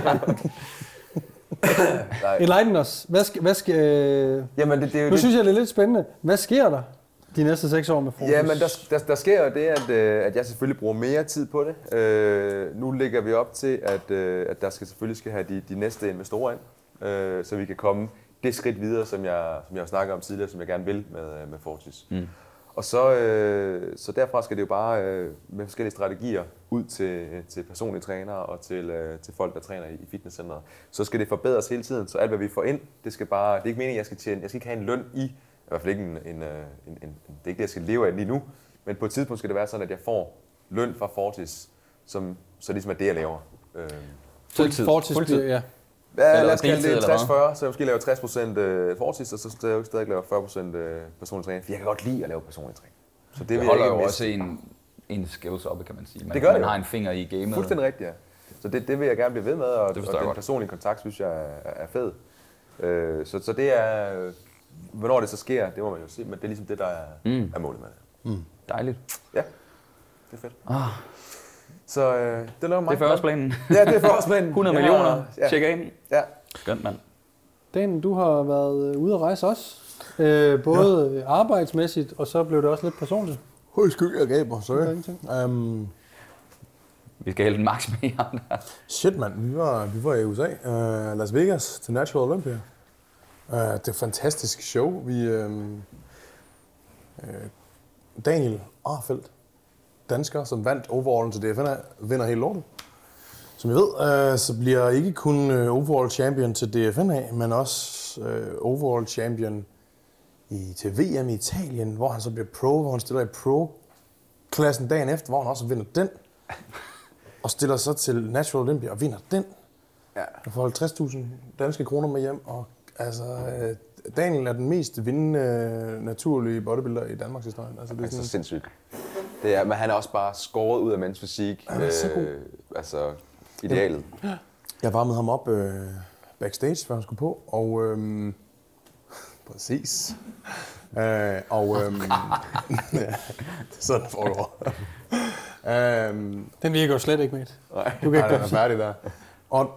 Nej. Enlighten os. Hvad skal, hvad skal, øh, Jamen, det, det er jo nu det. synes jeg, det er lidt spændende. Hvad sker der de næste seks år med Fortis? Ja, men der, der, der sker jo det, at, øh, at jeg selvfølgelig bruger mere tid på det. Øh, nu lægger vi op til, at, øh, at der skal selvfølgelig skal have de, de næste investorer ind, øh, så vi kan komme det skridt videre, som jeg, som jeg har snakket om tidligere, som jeg gerne vil med, med Fortis. Mm. Og så, øh, så derfra skal det jo bare øh, med forskellige strategier ud til, til personlige trænere og til, øh, til folk, der træner i, i fitnesscenteret. Så skal det forbedres hele tiden, så alt hvad vi får ind, det skal bare, det er ikke meningen, at jeg skal tjene, jeg skal ikke have en løn i, i hvert fald ikke en, en, en, en, en det er ikke det, jeg skal leve af lige nu, men på et tidspunkt skal det være sådan, at jeg får løn fra Fortis, som så ligesom er det, jeg laver. Øh, Fuldtid. Fortis Fuldtid. bliver, ja. Ja, Eller lad os kalde deltid, det eller tres hvad? fyrre, så jeg måske laver tres procent øh, Fortis, og så stadig, stadig laver fyrre procent øh, personlig træning. For jeg kan godt lide at lave personlig træning. Så det, Det vil holder jeg jo ikke også miste. en, en skills oppe, kan man sige. Man, Det gør det man jo. har en finger i gamet. Fuldstændig rigtigt, ja. Så det, det vil jeg gerne blive ved med, og, Det og forstår jeg den godt. personlige kontakt, synes jeg er, er fed. Øh, så, så det er, hvornår det så sker, det må man jo se, men det er ligesom det, der er, Mm. er målet med det. Mm. Dejligt. Ja, det er fedt. Ah, Så øh, det laver mig. det er førsteplanen. Ja, det er førsteplanen. hundrede Jeg millioner. har- Ja. Tjek ind. Ja. Skønt, mand. Dan, du har været ude at rejse også. Øh, både ja. arbejdsmæssigt, og så blev det også lidt personligt. Høj skyld, jeg gaber, Der sorry. er ingenting. Um, Vi skal hælde en max med ham der. shit, mand. Vi var, vi var i U S A, uh, Las Vegas, til Natural Olympia. Uh, det er et fantastisk show. Vi, um, uh, Daniel Arfeldt, dansker, som vandt overallen til D F N A, vinder hele lortet. Som I ved, uh, så bliver ikke kun uh, overall champion til D F N A, men også uh, overall champion i, til V M i Italien, hvor han så bliver pro, hvor han stiller i pro-klassen dagen efter, hvor han også vinder den. Og stiller så til Natural Olympia og vinder den. Ja. Og får halvtreds tusind danske kroner med hjem. Og altså, øh, Daniel er den mest vindende øh, naturlige bodybuilder i Danmarks historie. Altså, det Det er er så sådan, sindssygt. Det er, men han er også bare skåret ud af mænds fysik. Han er så god. Altså, idealet. jeg varmede ham op øh, backstage, før han skulle på. Og øh, præcis. Øh, og øh, ja, det er sådan, det foregår. øh, Den virker jo slet ikke med. Nej. Du kan Nej, ikke den er færdig der. Og,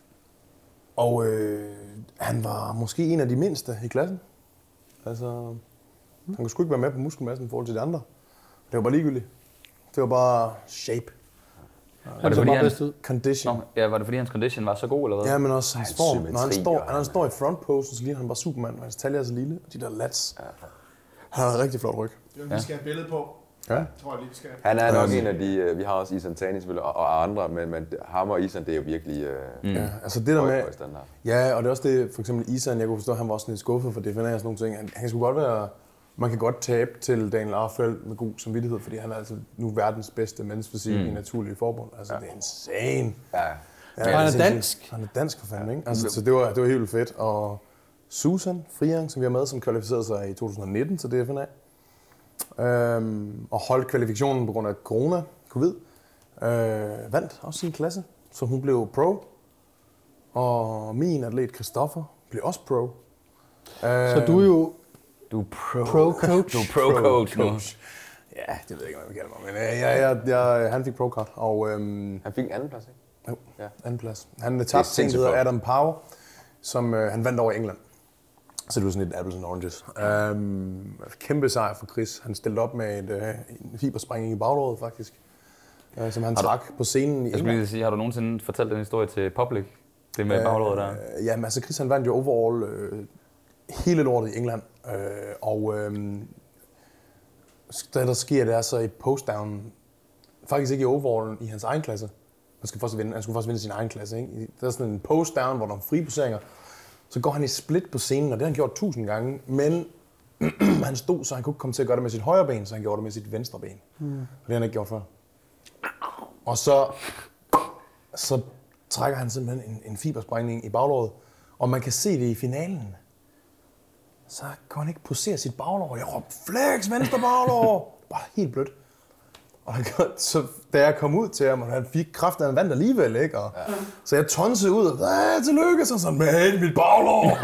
og øh, han var måske en af de mindste i klassen. Altså, han kunne sgu ikke være med på muskelmassen i forhold til de andre. Det var bare ligegyldigt. Det var bare shape, Han det så fordi, bare han- bedst ud. condition. Nå, ja, var det fordi hans condition var så god, eller hvad? Ja, men også hans Hans form. Når han symmetri, står, og når han står i front pose, så ligner han bare Superman, og hans talje er så lille, og de der lats. Han har en rigtig flot ryg. Det vil vi Ja. skal have billede på, Ja. tror jeg lige, vi skal. Han er Ja, nok men- en af de, øh, vi har også Isan Tani selvfølgelig, og, og andre, men, men ham og Isan, det er jo virkelig øh, Mm. Ja, altså det der høj, med, høj standard. ja, og det er også det, for eksempel Isan, jeg kunne forstå, at han var også lidt skuffet for D F N A og sådan nogle ting. Han, han skulle godt være, man kan godt tabe til Daniel Arfeldt med god samvittighed, fordi han er altså nu verdens bedste menneskefysik mm. i naturlige forbund. Altså ja. Det er insane. Ja. Ja, Og han det er sindssygt. dansk. Han er dansk for fanden, ikke? Altså, så det var, det var helt vildt fedt. Og Susan Friang, som vi har med, som kvalificerede sig i to tusind nitten til D F N A, øhm, og holdt kvalifikationen på grund af corona, covid, øh, vandt også sin klasse, så hun blev pro. Og min atlet Christoffer blev også pro. Så du er jo Du er pro. pro-coach. Du er pro-coach nu. Ja, det ved jeg ikke, hvad man kalder mig, men øh, jeg, jeg, jeg, han fik pro-card, og øhm, Han fik en anden plads, ikke? jo, Ja. anden plads. Han tabte til en, der sindssygt hedder flot. Adam Power, som øh, han vandt over England. Så det var sådan et apples and oranges. Um, kæmpe sejr for Chris. Han stillede op med et, øh, en fibersprængning i baglåret, faktisk. Øh, som han trak på scenen i Jeg skulle England. lige sige, har du nogensinde fortalt den historie til public? Det med baglåret der? Øh, jamen, altså Chris han vandt jo overall øh, hele lortet i England. Øh, og øh, det der sker, det er så i postdown, faktisk ikke i overallen i hans egen klasse. Han, skal først vinde, han skulle først vinde sin egen klasse. Ikke? Der er sådan en postdown, hvor der er frie poseringer. Så går han i split på scenen, og det har han gjort tusind gange. Men han stod, så han kunne ikke komme til at gøre det med sit højre ben, så han gjorde det med sit venstre ben. Mm. Og det har han ikke gjort før. Og så, så trækker han simpelthen en, en fibersprængning i baglåret. Og man kan se det i finalen. Så kan han ikke posere sit baglår. Jeg råbte, flex, venstre baglår! Bare helt blødt. Og han, så da jeg kom ud til ham, og han fik kraft, han vandt alligevel, ikke? Og, ja. Så jeg tonsede ud, og ja, tillykke, så sådan, men mit baglår!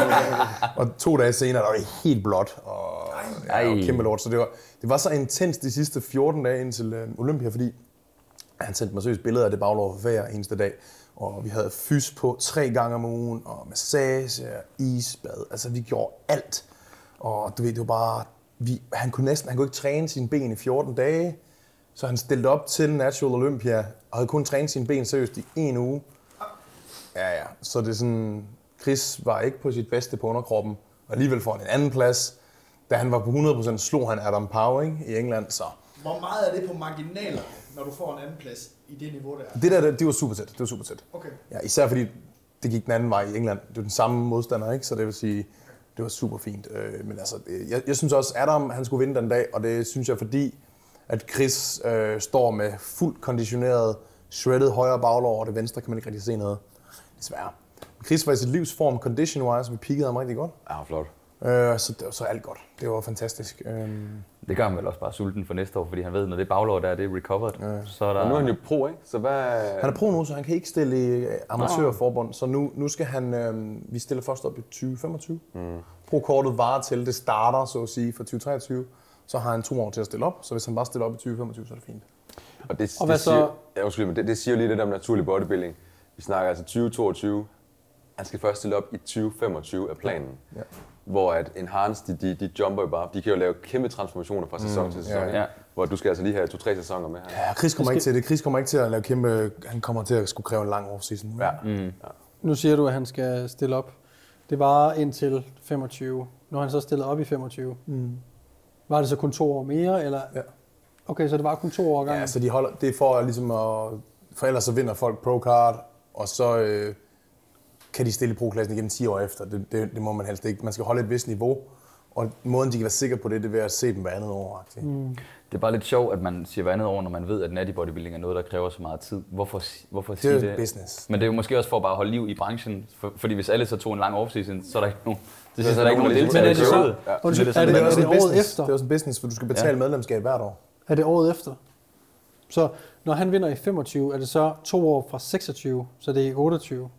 Og to dage senere, der var det helt blåt, og ja, det var kæmpe lort. Så det var, det var så intens de sidste fjorten dage indtil øh, Olympia, fordi han sendte mig seriøst billeder af det baglår hver eneste dag. Og vi havde fys på tre gange om ugen, og massage, isbad, altså vi gjorde alt. Og du ved, det var bare, vi, han kunne næsten, han kunne ikke træne sine ben i fjorten dage, så han stillede op til Natural Olympia, og havde kun trænet sine ben seriøst i en uge. Ja, ja, så det er sådan, Chris var ikke på sit bedste på underkroppen, og alligevel får han en anden plads. Da han var på hundrede procent, slog han Adam Power, ikke, i England, så... Hvor meget er det på marginalerne, når du får en anden plads i det niveau, der er? Det der, det, det var super tæt, det var super tæt. Okay. Ja, især fordi det gik den anden vej i England. Det var den samme modstander, ikke? Så det vil sige, det var super fint. Øh, men altså, det, jeg, jeg synes også, Adam han skulle vinde den dag, og det synes jeg fordi, at Chris øh, står med fuldt konditioneret, shredded højre baglår, og det venstre kan man ikke rigtig se noget. Desværre. Chris var i sit livs form condition-wise, vi pikkede ham rigtig godt. Ja, flot. Øh, så, det, så alt godt. Det var fantastisk. Øh, Det gør han vel også bare sulten for næste år, fordi han ved, når det baglår der, det er recovered. Ja. Så er der... Og nu er han jo pro, ikke? Så hvad... Han er pro nu, så han kan ikke stille i amatørforbund. Så nu, nu skal han... Øh, vi stiller først op i tyve femogtyve. Mm. Pro-kortet varer til, det starter, så at sige, for tyve treogtyve. Så har han to år til at stille op. Så hvis han bare stiller op i tyve femogtyve, så er det fint. Og det, Og det, hvad siger, så? ja, undskyld, men det, det siger jo lige lidt om naturlig bodybuilding. Vi snakker altså tyve toogtyve. Han skal først stille op i tyve femogtyve af planen. Ja. Hvor at enhanced, de, de, de jumper jo bare. De kan jo lave kæmpe transformationer fra sæson mm, til sæson. ja, ja. Hvor du skal altså lige have to-tre sæsoner med her. Ja, Chris kommer ikke til det. Chris kommer ikke til at lave kæmpe... Han kommer til at skulle kræve en lang off-season. Ja. Mm. ja. Nu siger du, at han skal stille op. Det var indtil femogtyve. Nu har han så stillet op i femogtyve. Mm. Var det så kun to år mere, eller? Ja. Okay, så det var kun to år gangen. Ja, så de holder, det er for ligesom at... For ellers så vinder folk pro-card, og så øh, kan de stille i pro-klassen igen ti år efter. Det, det, det må man helst ikke. Man skal holde et vist niveau, og måden de kan være sikre på det, det er ved at se dem hver andet år. Mm. Det er bare lidt sjovt, at man siger hver andet år, når man ved, at natty bodybuilding er noget, der kræver så meget tid. Hvorfor, hvorfor det sige er det? business. Men det er jo måske også for at bare holde liv i branchen. For, fordi hvis alle så tog en lang off-season, så er der ikke nogen, det synes, så er der ikke nogen Men er deltagere det i så? showet. Ja. Så Er det, sådan, er det, Det er også en året business. efter? Det er også en business, for du skal betale ja. medlemskab hvert år. Er det året efter? Så når han vinder i femogtyve, er det så to år fra seksogtyve, så det er i otteogtyve?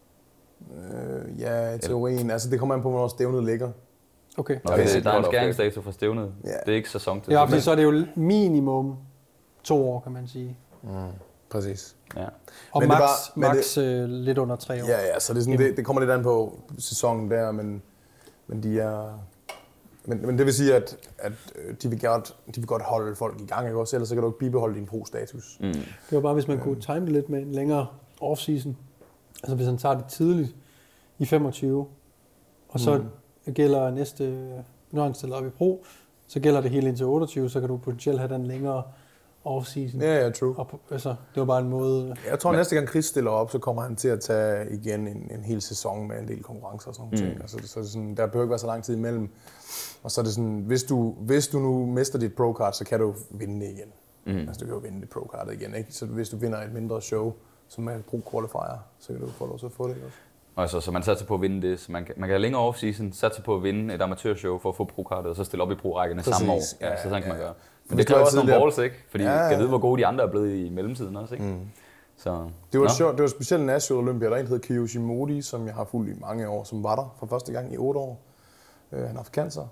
Øh, ja, i teorien. Altså, det kommer an på, hvornår stævnet ligger. Okay. Nå, Okay, det, der er en godt skæringsdato for stævnet. Ja. Det er ikke sæson til Ja, sæson. fordi så er det jo minimum to år, kan man sige. Mm, præcis. Ja. Og Men det max, var- men max øh, lidt under tre år. Ja, ja, så det, er sådan, det, det kommer lidt an på sæsonen der, men, men de er... Men, men det vil sige, at, at de, vil godt, de vil godt holde folk i gang, ikke også? Ellers så kan du ikke bibeholde din pro-status. Mm. Det var bare, hvis man kunne time det lidt med en længere off-season. Altså hvis han tager det tidligt i femogtyve, og så mm. gælder næste, når han stiller op i pro, så gælder det hele indtil otteogtyve, så kan du potentielt have den længere off-season. Ja, ja, true. Og, altså, det var bare en måde... Jeg tror, at næste gang Chris stiller op, så kommer han til at tage igen en, en hel sæson med en del konkurrencer og sådan nogle mm. ting. Altså, så er det sådan, der behøver ikke være så lang tid imellem. Og så er det sådan, hvis du, hvis du nu mister dit pro-card, så kan du vinde det igen. Mm. Altså, du kan jo vinde dit pro-card igen, ikke? Så hvis du vinder et mindre show, som er pro-qualifier, så kan du få lov til at få det også. Altså, så man satser på at vinde det. Så man kan, man kan have længere off-season, satse på at vinde et amatørshow for at få pro-kartet, og så stille op i pro-rækkerne samme år. Ja, så sådan kan man gøre. Men det kræver også nogle balls, ikke? Fordi ja, ja. Jeg ved, hvor gode de andre er blevet i mellemtiden også, ikke? Mm. Så, det var sjovt. Det var specielt National Olympia. Der er en, der hedder Kiyoshi Modi, som jeg har fulgt i mange år, som var der for første gang i otte år. Uh, han har haft cancer,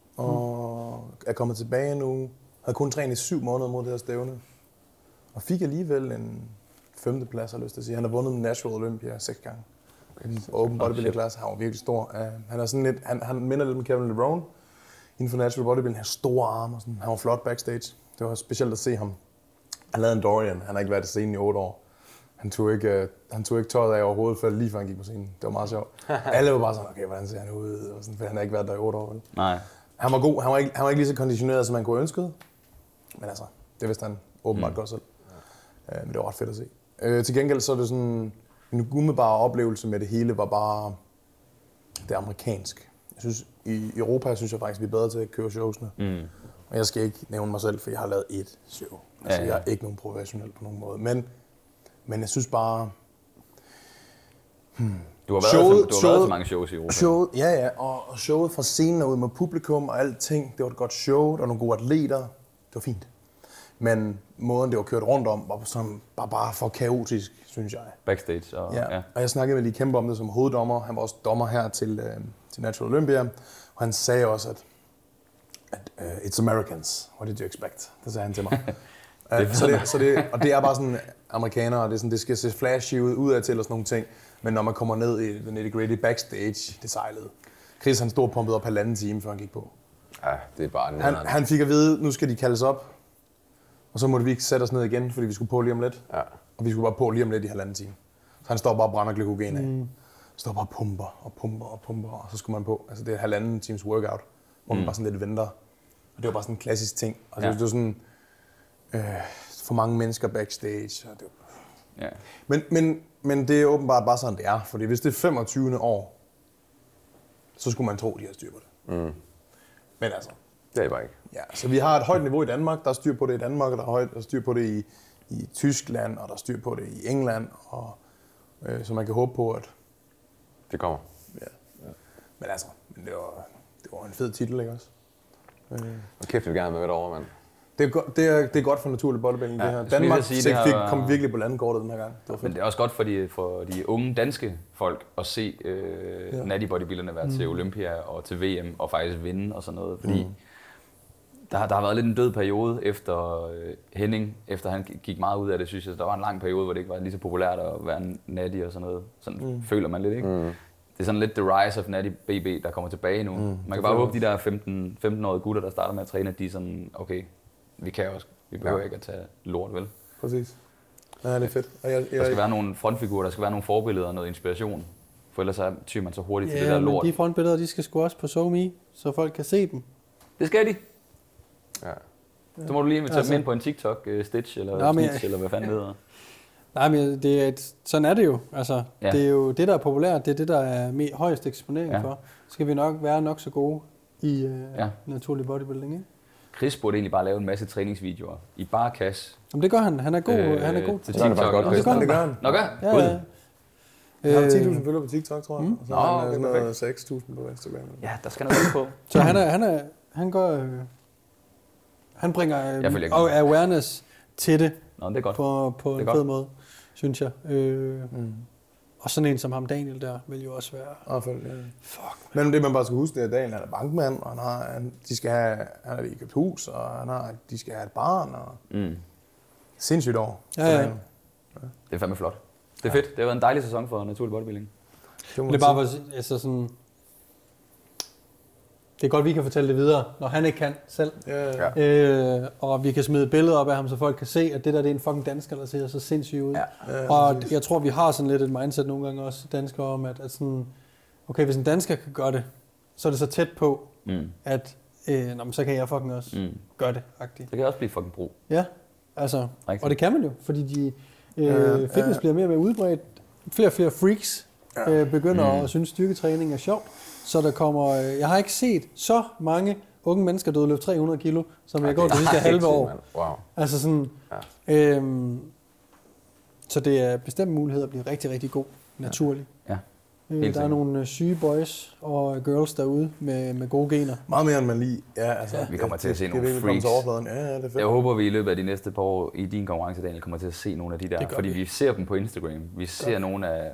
og mm. er kommet tilbage nu. Havde kun trænet i syv måneder mod det her stævne. Og fik alligevel en femteplads, har jeg lyst til at sige. Han har vundet National Olympia seks gange. Open bodybuilding klasse, han var virkelig stor. Uh, han er sådan lidt, han, han minder lidt om Kevin LeBron inden for natural bodybuilding. Han har store arme og sådan. Han var flot backstage. Det var specielt at se ham. Han lavede en Dorian. Han har ikke været til scenen i otte år. Han tog ikke, uh, han tog ikke tøjet af overhovedet, før lige før han gik på scenen. Det var meget sjovt. Alle var bare sådan, okay, hvordan ser han ud? Og sådan, for han har ikke været der i otte år. Vel? Nej. Han var god. Han var, ikke, han var ikke lige så konditioneret, som man kunne ønske. Men altså, det vidste han åbenbart mm. godt selv. Uh, men det var ret fedt at se. Uh, til gengæld så er det sådan, en umiddelbare oplevelse med det hele var bare det amerikanske. Jeg synes, i Europa synes jeg faktisk, vi er bedre til at køre showsene. Mm. Og jeg skal ikke nævne mig selv, for jeg har lavet et show. Altså, ja, ja. Jeg er ikke nogen professionel på nogen måde. Men, men jeg synes bare... Hmm. Du har været, showet, til, du har showet, været til mange shows i Europa. Showet, ja, ja. Og, og showet fra scenen og ud med publikum og alting. Det var et godt show. Der var nogle gode atleter. Det var fint. Men måden, det var kørt rundt om, var sådan bare, bare for kaotisk, synes jeg. Backstage. Og, ja. ja. Og jeg snakkede med Lee Kemper om det som hoveddommer. Han var også dommer her til, øh, til Natural Olympia. Og han sagde også, at, at uh, it's Americans. What did you expect? Det sagde han til mig. uh, så det, så det, og det er bare sådan amerikanere, det, er sådan, det skal se flashy ud, udad til og sådan nogle ting. Men når man kommer ned i den nitty-gritty backstage, det sejlede. Chris han stod pumpet op halvanden time, før han gik på. Ja, det er bare han, han fik at vide, nu skal de kaldes op. Og så måtte vi ikke sætte os ned igen, fordi vi skulle på lige om lidt. Ja. Og vi skulle bare på lige om lidt i halvanden time. Så han står bare og brænder glykogen af. Mm. Står bare og pumper og pumper og pumper, og så skulle man på. Altså det er halvanden times workout, hvor man mm. bare sådan lidt venter. Og det var bare sådan en klassisk ting. Altså ja. Det var sådan øh, for mange mennesker backstage. Og det var... ja. men, men, men det er åbenbart bare sådan, det er. Fordi hvis det er femogtyvende år, så skulle man tro, de har styr på det. Mm. Men altså... Det er bare ikke. Ja, så vi har et højt niveau i Danmark, der er styr på det i Danmark, og der er, højt, der er styr på det i, i Tyskland, og der er styr på det i England, og, øh, så man kan håbe på, at... Det kommer. Ja. Ja. Men altså, det var, det var en fed titel, ikke også? Øh. Og kæft, vi vil gerne have med derovre, mand. Det er, go- det, er, det er godt for naturlig bodybuilding, ja, det her. Danmark sige, sige, det fik, har- kom virkelig på landkortet den her gang. Det var Men fedt. det er også godt for de, for de unge danske folk at se øh, Ja. ja. natty bodybuilderne være mm. til Olympia og til V M og faktisk vinde og sådan noget. Fordi mm. der, der har været lidt en død periode efter øh, Henning, efter han gik meget ud af det, synes jeg. Der var en lang periode, hvor det ikke var lige så populært at være en natty og sådan noget. Sådan mm. føler man lidt, ikke? Mm. Det er sådan lidt the rise of natty B B, der kommer tilbage nu. Mm. Man kan bare håbe, de der femten-årige gutter, der starter med at træne, at de er sådan, okay, vi kan også. Vi behøver ja. ikke at tage lort, vel? Præcis. Ja, det er fedt. Og jeg, jeg, Der skal være nogle frontfigurer, der skal være nogle forbilleder og noget inspiration. For ellers så tyrer man så hurtigt Ja, til det der men lort. de frontbilleder, de skal sgu også på SoMe, så folk kan se dem. Det skal de. Ja. Så må du lige invitere Altså- dem ind på en TikTok uh, Stitch eller Nå, men Snitch, jeg- eller hvad fanden det hedder. Nej, men det er et, sådan er det jo. Altså, Ja. ja. Det er jo det, der er populært. Det er det, der er me- højest eksponering Ja. ja. for. Så skal vi nok være nok så gode i uh, Ja. ja. naturlig bodybuilding, ikke? Chris burde egentlig bare lave en masse træningsvideoer i bare cash. Jamen, det gør han. Han er god, Øh, øh, han er god til til Det gør han faktisk godt, Jamen, det Chris. gør det han. gør han. Nå, gør? Ja, Gud. ja. Jeg har Øh, ti tusind følgere på TikTok, tror jeg. Mm. Og så Nå, har han okay, sådan perfekt. noget seks tusind på Instagram. Ja, der skal noget på. Så han, er, han, er, han går... Øh, han bringer Jeg følger ikke øh, med. awareness til det Nå, det er godt. på, på Det er en godt. fed måde, synes jeg. Øh, Mm. og sådan en som ham, Daniel, der vil jo også være... Og følge, ja. Fuck. Men det man bare skal huske, det er, at Daniel han er bankmand, og han har, han, de skal have, han har lige købt hus, og han har, de skal have et barn, og Mm. sindssygt år. Ja, ja. Det er fandme flot. Det er fedt. Det har været en dejlig sæson for naturlig bodybuilding. Det, må Det er man bare sige. for, altså sådan... Det er godt, vi kan fortælle det videre, når han ikke kan selv. Ja, ja. Øh, og vi kan smide billeder op af ham, så folk kan se, at det der det er en fucking dansker, der ser så sindssygt ud. Ja. Ja, Og præcis. jeg tror, vi har sådan lidt et mindset nogle gange også, danskere, om at, at sådan, okay, hvis en dansker kan gøre det, så er det så tæt på, Mm. at øh, nå, men så kan jeg fucking også Mm. gøre det, agtigt. Det kan også blive fucking brug. Ja, altså, Rigtigt. og det kan man jo, fordi de, øh, Ja, fitness ja. bliver mere og mere udbredt. Flere og flere freaks øh, begynder Mm. at synes, styrketræning er sjovt. Så der kommer, øh, jeg har ikke set så mange unge mennesker dødløfte tre hundrede kilo, som jeg går det sidste halve år. Wow. Altså sådan, Ja. øhm, så det er bestemt mulighed at blive rigtig, rigtig god, naturlig. Ja. Øh, Helt der er sikkert. nogle øh, syge boys og girls derude med, med gode gener. Meget mere end man lige... Ja, altså, Vi kommer til at se det, nogle det, det, det freaks. til overfladen. Ja, ja, det er fedt. Jeg håber, vi i løbet af de næste par år i din konkurrence, Daniel, kommer til at se nogle af de der. Det gør Fordi vi. vi ser dem på Instagram. Vi ser nogle af,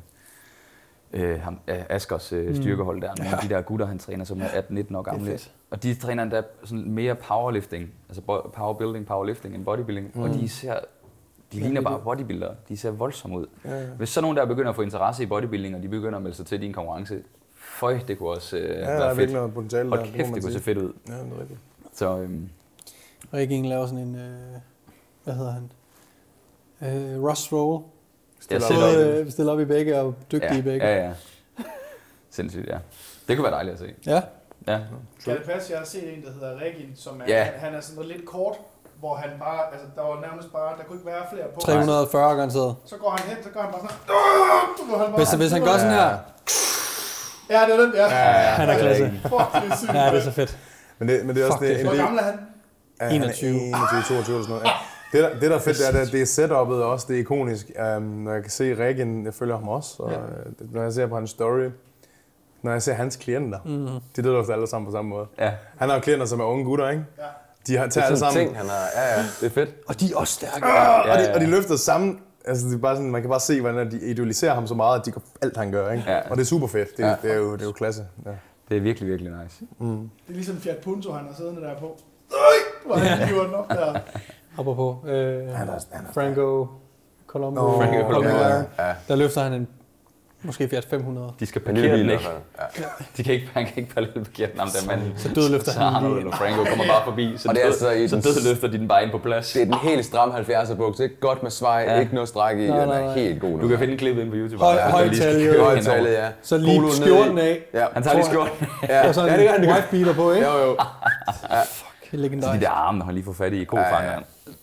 øh, øh, ham, af Askers øh, styrkehold der. Nogle af de der gutter, han træner, som er atten nitten år gamle. fedt. Og de træner endda sådan mere powerlifting. Altså bo- powerbuilding, powerlifting end bodybuilding. Mm. Og de ser... De ligner bare bodybuildere. De ser voldsomme ud. Ja, ja. Hvis så nogen der begynder at få interesse i bodybuilding, og de begynder at melde sig til din konkurrence, føj, det kunne også øh, Ja, der er være virkelig fedt. noget potentiale der. Og må kæft, man det kunne sige. se fedt ud. Ja, det er rigtigt. Så øhm, Og ikke ingen laver sådan en, øh, hvad hedder han? Øh, Russ Roll. jeg Stiller ser op. det. Øh, stiller op i begge og dygtige Ja, i begge. ja, ja. Sindssygt, ja. Det kunne være dejligt at se. Ja. Ja. Kan det passe, jeg har set en, der hedder Regin, som er, Ja. han, han er sådan noget lidt kort, hvor han bare, altså der var nærmest bare, der kunne ikke være flere på. tre hundrede og fyrre garanteret. Så går han hen, så gør han bare sådan, "Åh!" hvor han bare, Hvis, hvis han gør sådan her, Ja, det er den, ja. han er klasse. Fuck, det er sygt. Ja, det er så fedt. Men det, men det er også Fuck, det, det er en Hvor del... gammel er han? Ja, han er enogtyve. enogtyve, toogtyve eller sådan noget. Ja. Det, der, det der er fedt, det er, at det er setup'et også, det er ikonisk. Um, når jeg kan se Regen, jeg følger ham også, og Ja. ja. når jeg ser på hans story, når jeg ser hans klienter, mm. de dødløfter alle sammen på samme måde. Ja. Han har jo klienter, som er unge gutter, ikke? Ja. De har, tager alle Sådan en sammen, ting, han har. Ja, ja. Det er fedt. Og de er også stærke. og, de, ja. og de løfter sammen. Altså, det er bare sådan, man kan bare se, hvordan de idoliserer ham så meget, at de gør alt, han gør, ikke? Ja. Og det er super fedt. Det, Ja. ja. det, er, jo, det er jo klasse. Ja. Det er virkelig, virkelig nice. Mm. Det er ligesom Fiat Punto, han har siddende der på. Øj, hvor han hiver den op der. Apropos øh, Han er, han er Franco Colombo. Nå, Franco Colombo, Colombo. ja. Ja. Der løfter han en, måske Fiat fem hundrede. De skal En lille parkere den bil i ikke. hvert fald. Ja. De kan ikke, han kan ikke parallelt parkere den, ham der mand. Så dødløfter Så han Arnold lige. eller Franco kommer bare forbi, så, Og det er død, altså i så den- dødløfter de den bare ind på plads. Det er den helt stramme halvfjerdser buks, ikke? Godt med svej, Ja. ja. ikke noget stræk i, Nej, den nej, er nej. helt god nu. Du kan finde klippet ind på YouTube. Høj- Ja, høj du lige skal talje. køre Højt henover. tallet, ja. Så lige Poloen ned i. skjorten af, Ja. Han tager lige skjorten. Ja. og så ja, en det gør han, det gør white beater på, ikke? Jo, jo. Fuck, De legendarisk. der arme, han lige får fat i kofangeren.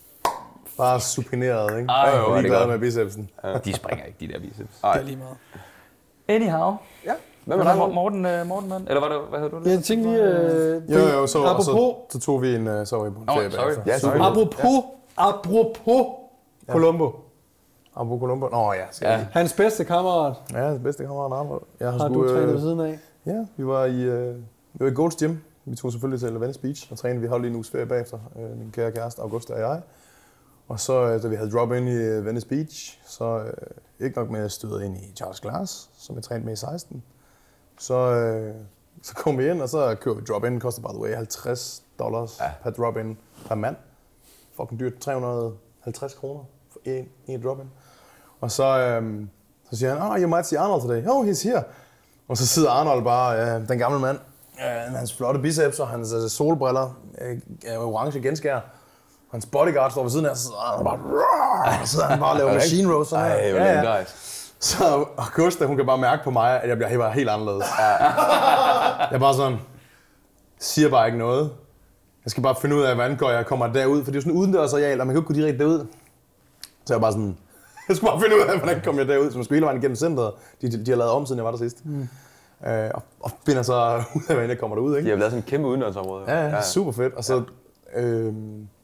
Bare supineret, ikke? Ej, Jeg hvor er er det ligeglad godt. med bicepsen. De springer ikke, de der biceps. Det er lige meget. Anyhow. Ja. Hvad med Hvad dig, med Morten? Morten, øh, Morten mand? Eller var det, hvad hedder du? Jeg tænkte lige, øh, Jo, jo, så, og apropos, så, så tog vi en, uh, så var vi på en Åh, ferie sorry. bagefter. Ja, sorry. apropos, apropos Colombo. Abu Colombo. Nå ja, skal Ja. ja. Hans bedste kammerat Ja, det bedste kammerat Arnold. Jeg har, har sgu, du øh, trænet ved siden af. Ja, vi var i, øh, Vi var i Gold's Gym. Vi tog selvfølgelig til Venice Beach og trænede. Vi holdt lige en uges ferie bagefter, øh, min kære kæreste, Augusta og jeg. Og så, øh, da vi havde drop ind i øh, Venice Beach, så øh, ikke nok med at støde ind i Charles Glass, som jeg trænede med i seksten. Så, øh, så kom vi ind, og så kører vi drop in. Det koster, by the way, halvtreds dollars ja. per drop in per mand. Fucking dyrt. tre hundrede og halvtreds kroner for en, en drop in. Og så, øh, så siger han, oh, you might see Arnold today. Oh, he's here. Og så sidder Arnold bare, øh, den gamle mand, øh, hans flotte biceps og hans øh, solbriller, øh, orange genskær. Hans bodyguard står ved siden af, så sidder han bare, og så sidder han bare og laver machine rows. Ej, det var ja, ja. Så Augusta, hun kan bare mærke på mig, at jeg bliver helt, helt anderledes. Ja. Jeg er bare sådan, siger bare ikke noget. Jeg skal bare finde ud af, hvordan går jeg kommer derud, for det er jo sådan udendørsareal, og man kan jo ikke gå direkte derud. Så jeg bare sådan, jeg skulle bare finde ud af, hvordan kommer jeg derud, så man skulle hele vejen igennem centret. De, de, de har lavet om, siden jeg var der sidst. Mm. Øh, og, og finder så ud af, hvordan jeg kommer derud, ikke? De har lavet sådan en kæmpe udendørsområde. Ja, ja, super fedt. Og så, ja. øh,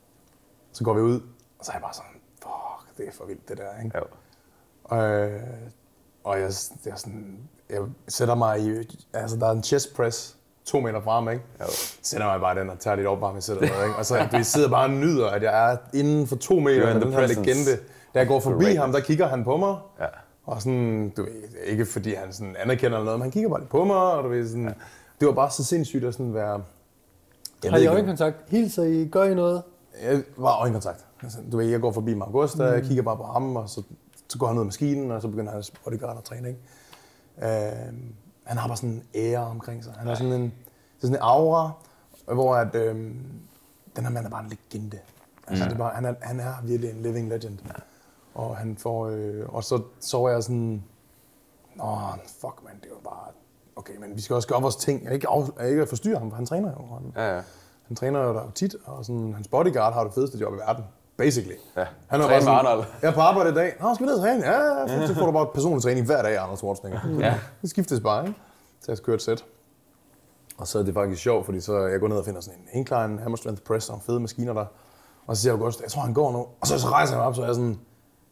så går vi ud, og så er jeg bare sådan, fuck, det er for vildt det der, ikke? Ja. Øh, og jeg, jeg, sådan, jeg sætter mig i, altså der er en chest press, to meter frem, ikke? Ja. Sætter mig bare den og tager lidt opvarmning, sætter noget, ikke? Og så jeg sidder bare og nyder, at jeg er inden for to meter med den her legende. Da jeg går forbi ham, der kigger han på mig. Ja. Og sådan, du ved, ikke fordi han sådan anerkender eller noget, men han kigger bare lidt på mig, og du ved, sådan, ja. Det var bare så sindssygt at sådan være... Jeg har I øjenkontakt? Hilser I? Gør I noget? Jeg var øjenkontakt. Altså, du ved, jeg går forbi med Augusta, mm. jeg kigger bare på ham, og så, så går han ud af maskinen, og så begynder hans bodyguard at træne, ikke? Uh, han har bare sådan en ære omkring sig. Han har sådan en, det er sådan en aura, hvor at, øh, den her mand er bare en legende. Altså, mm. det er bare, han, er, han er virkelig en living legend. Ja. Og han får, øh, og så så var jeg sådan, nå, fuck man, det var bare, okay, men vi skal også gøre vores ting. Jeg er ikke, af, jeg er ikke at forstyrre ham, for han træner jo. Han, ja, ja. han træner jo der jo tit, og sådan, hans bodyguard har det fedeste job i verden, basically. Ja. Han er bare sådan, jeg er på arbejde i dag, nå, skal vi ned og træne? Ja, ja, så får du bare personlig træning hver dag, Arnold Schwarzenegger. Ja. Det skiftes bare, ikke? Så jeg skal køre et sæt. Og så er det faktisk sjovt, fordi så jeg går ned og finder sådan en incline hammer strength press og nogle fede maskiner der. Og så siger August, jeg tror han går nu. Og så, så rejser jeg mig op, så er jeg sådan,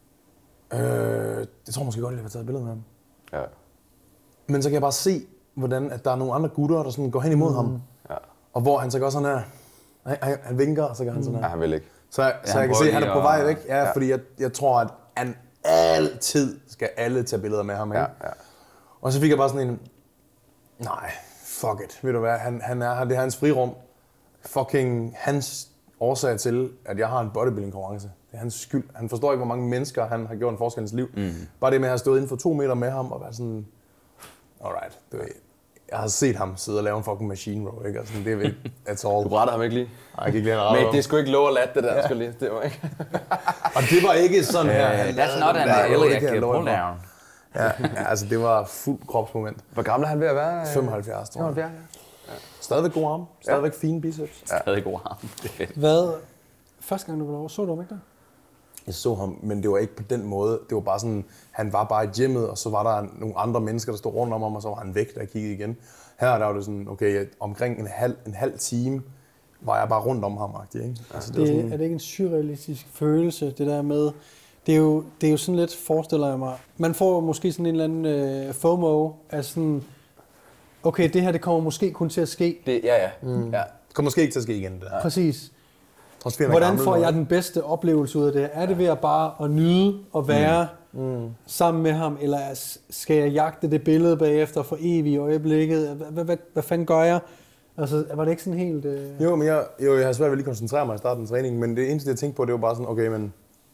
øh, det tror jeg måske godt, at jeg har taget et billede med ham. Ja. Men så kan jeg bare se, hvordan at der er nogle andre gutter, der sådan går hen imod mm. ham. Ja. Og hvor han så gør sådan her, han, han, han vinker, og så gør han sådan her. Ja, han vil ikke. Så, ja, så jeg kan se, at han er på vej væk. Ja, ja. Fordi jeg, jeg tror, at han altid skal alle tage billeder med ham. Ikke? Ja, ja. Og så fik jeg bare sådan en, nej, fuck it, ved du hvad, han, han er, det er hans frirum. Fucking hans årsag til, at jeg har en bodybuilding-konkurrence. Det er hans skyld. Han forstår ikke, hvor mange mennesker han har gjort en forskel i hans liv. Mm. Bare det med at have stået inden for to meter med ham og være sådan, alright, du ved, jeg har set ham sidde og lave en fucking machine row, ikke? Altså, det er vel, that's all. Du brætter ham ikke lige? Nej, jeg kan ikke lige en Men det er sgu ikke lov at lade det der, ja. Skal lige, det var ikke. Og det var ikke sådan her. Uh, that's not an iliac pull down. Ja, ja, altså det var fuld kropsmoment. Hvor gammel er han ved at være? femoghalvfjerds, tror jeg. femoghalvfjerds, ja. Stadigvæk god arm. Stadigvæk ja. Fine biceps. Ja. Stadigvæk god arm. Hvad? Første gang du var over, så du ham ikke der? Jeg så ham, men det var ikke på den måde. Det var bare sådan, han var bare i gymmet, og så var der nogle andre mennesker, der stod rundt om ham, og så var han væk, da jeg kiggede igen. Her der var det sådan, okay, omkring en halv, en halv time var jeg bare rundt om ham, ikke? Altså, det det, sådan, er det ikke en surrealistisk følelse, det der med, det er jo, det er jo sådan lidt, forestiller jeg mig, man får måske sådan en eller anden øh, FOMO af sådan, okay, det her det kommer måske kun til at ske. Det, ja, ja. Mm. ja. Det kommer måske ikke til at ske igen. Det der. Præcis. Hvordan får jeg den bedste oplevelse ud af det? Er det ved at bare at nyde og være mm. Mm. sammen med ham, eller skal jeg jagte det billede bagefter for evigt øjeblikket? Hvad, hvad, hvad fanden gør jeg? Altså, var det ikke sådan helt... Øh... Jo, men jeg, jo, jeg har svært ved lige at koncentrere mig i starten af træningen, men det eneste, jeg tænkte på, det var bare sådan, okay, men,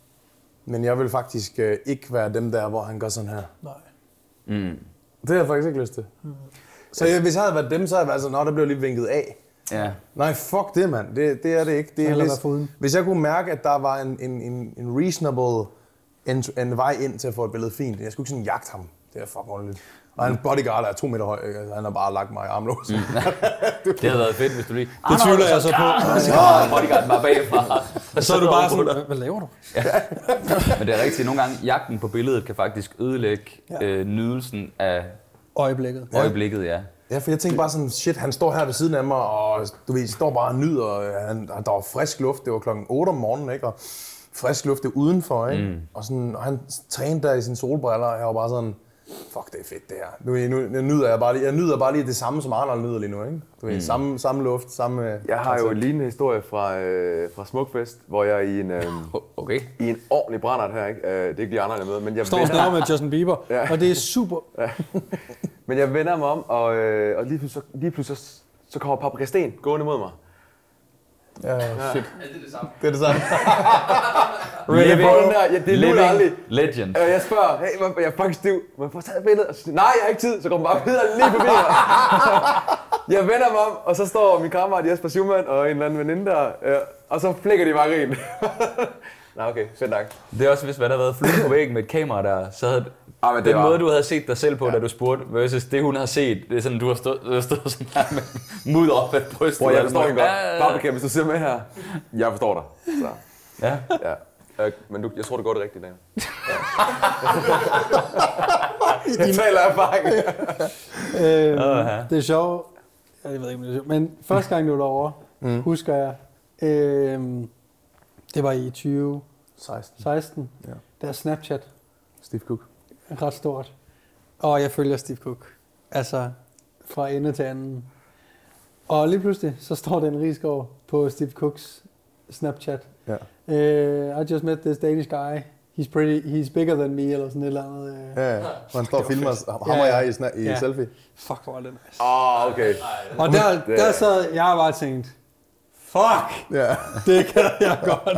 men jeg vil faktisk øh, ikke være dem der, hvor han gør sådan her. Nej. Mm. Det har jeg faktisk ikke lyst til. Mm. Så jeg, hvis jeg havde været dem, så havde jeg været sådan, nå, der blev lige vinket af. Ja. Nej, fuck det, mand. Det, det er det ikke. Det er, hvis, hvis jeg kunne mærke, at der var en, en, en, en reasonable en, en vej ind til at få et billede fint, jeg skulle ikke sådan jagte ham. Det er fucking underligt. Og hans bodyguard er to meter høj, altså, han har bare lagt mig i armlås. Mm. Det havde været fedt, hvis du lige... Det tvivler jeg så på. Så kommer bodyguarden bare bagfra. Og så er du bare sådan, hvad laver du? Ja. Men det er rigtigt. Nogle gange, jagten på billedet kan faktisk ødelægge ja. øh, nydelsen af... Øjeblikket. Øjeblikket, ja. Ja, for jeg tænkte bare sådan, shit, han står her ved siden af mig, og du ved, står bare og nyder, og han, der var frisk luft, det var klokken otte om morgenen, ikke? Og frisk luft det udenfor, ikke? Mm. Og, sådan, og han trænede der i sine solbriller, og jeg var bare sådan, fuck, det er fedt det her. Nu, nu, nu nyder jeg bare lige, jeg nyder bare lige det samme, som Arnold nyder lige nu, ikke? Du ved, mm. samme, samme luft, samme... Jeg har jo en lignende historie fra, øh, fra Smukfest, hvor jeg i en, øh, Okay. i en ordentlig brændert her, ikke? Øh, det er ikke lige Arnold, jeg med, men jeg Står og snakker med Justin Bieber, Ja. og det er super. Ja. Men jeg vender mig om, og, øh, og lige pludselig, så, lige pludselig så, så kommer Paprika Sten gående mod mig. Ja, shit. Ja, det er det samme. Det er det samme. Living, der, ja, det er nu aldrig. Legend. Øh, Jeg spørger, hey, hvor- jeg er fucking stiv, må jeg få taget et billede? Og så siger, nej, jeg har ikke tid, så kommer bare videre lige forbi mig. Jeg vender mig om, og så står min kammerat Jesper Schumann og en eller anden veninde der, øh, og så flækker de bare en. Nå, okay, fedt nok. Det er også, hvis man havde været flue på væggen med et kamera der, så havde Ah, men det den var- måde, du havde set dig selv på, ja. da du spurgte, versus det, hun har set, det er sådan, du har stået, du har stået sådan her med mudder op ad brystet. Bror, jeg og forstår sådan ikke godt. noget. Paprika, hvis du ser med her, jeg forstår dig. Så, Ja. ja. Øh, men du, jeg tror, det går det rigtigt, Daniel. Jeg taler af erfaring. Øhm, Åh, ja. det er sjovt. Jeg ved ikke, om det er sjovt. Men første gang, du var derovre, mm. husker jeg, øhm, det var i tyve seksten. seksten. Ja. Der er Snapchat Steve Cook. ret stort. Og jeg følger Steve Cook. Altså, fra ende til anden. Og lige pludselig, så står den Risgaard på Steve Cooks Snapchat. Ja. Uh, I just met this Danish guy. He's pretty, he's bigger than me, eller sådan et eller andet. Uh, Ja, ja. Hvor han står og filmer ham Ja, og ja. jeg i, sna- i Ja. selfie. Fuck, hvor er det nice. Åh, oh, okay. Og der, Det- der sad jeg bare tænkt, fuck, Ja. det kan jeg godt.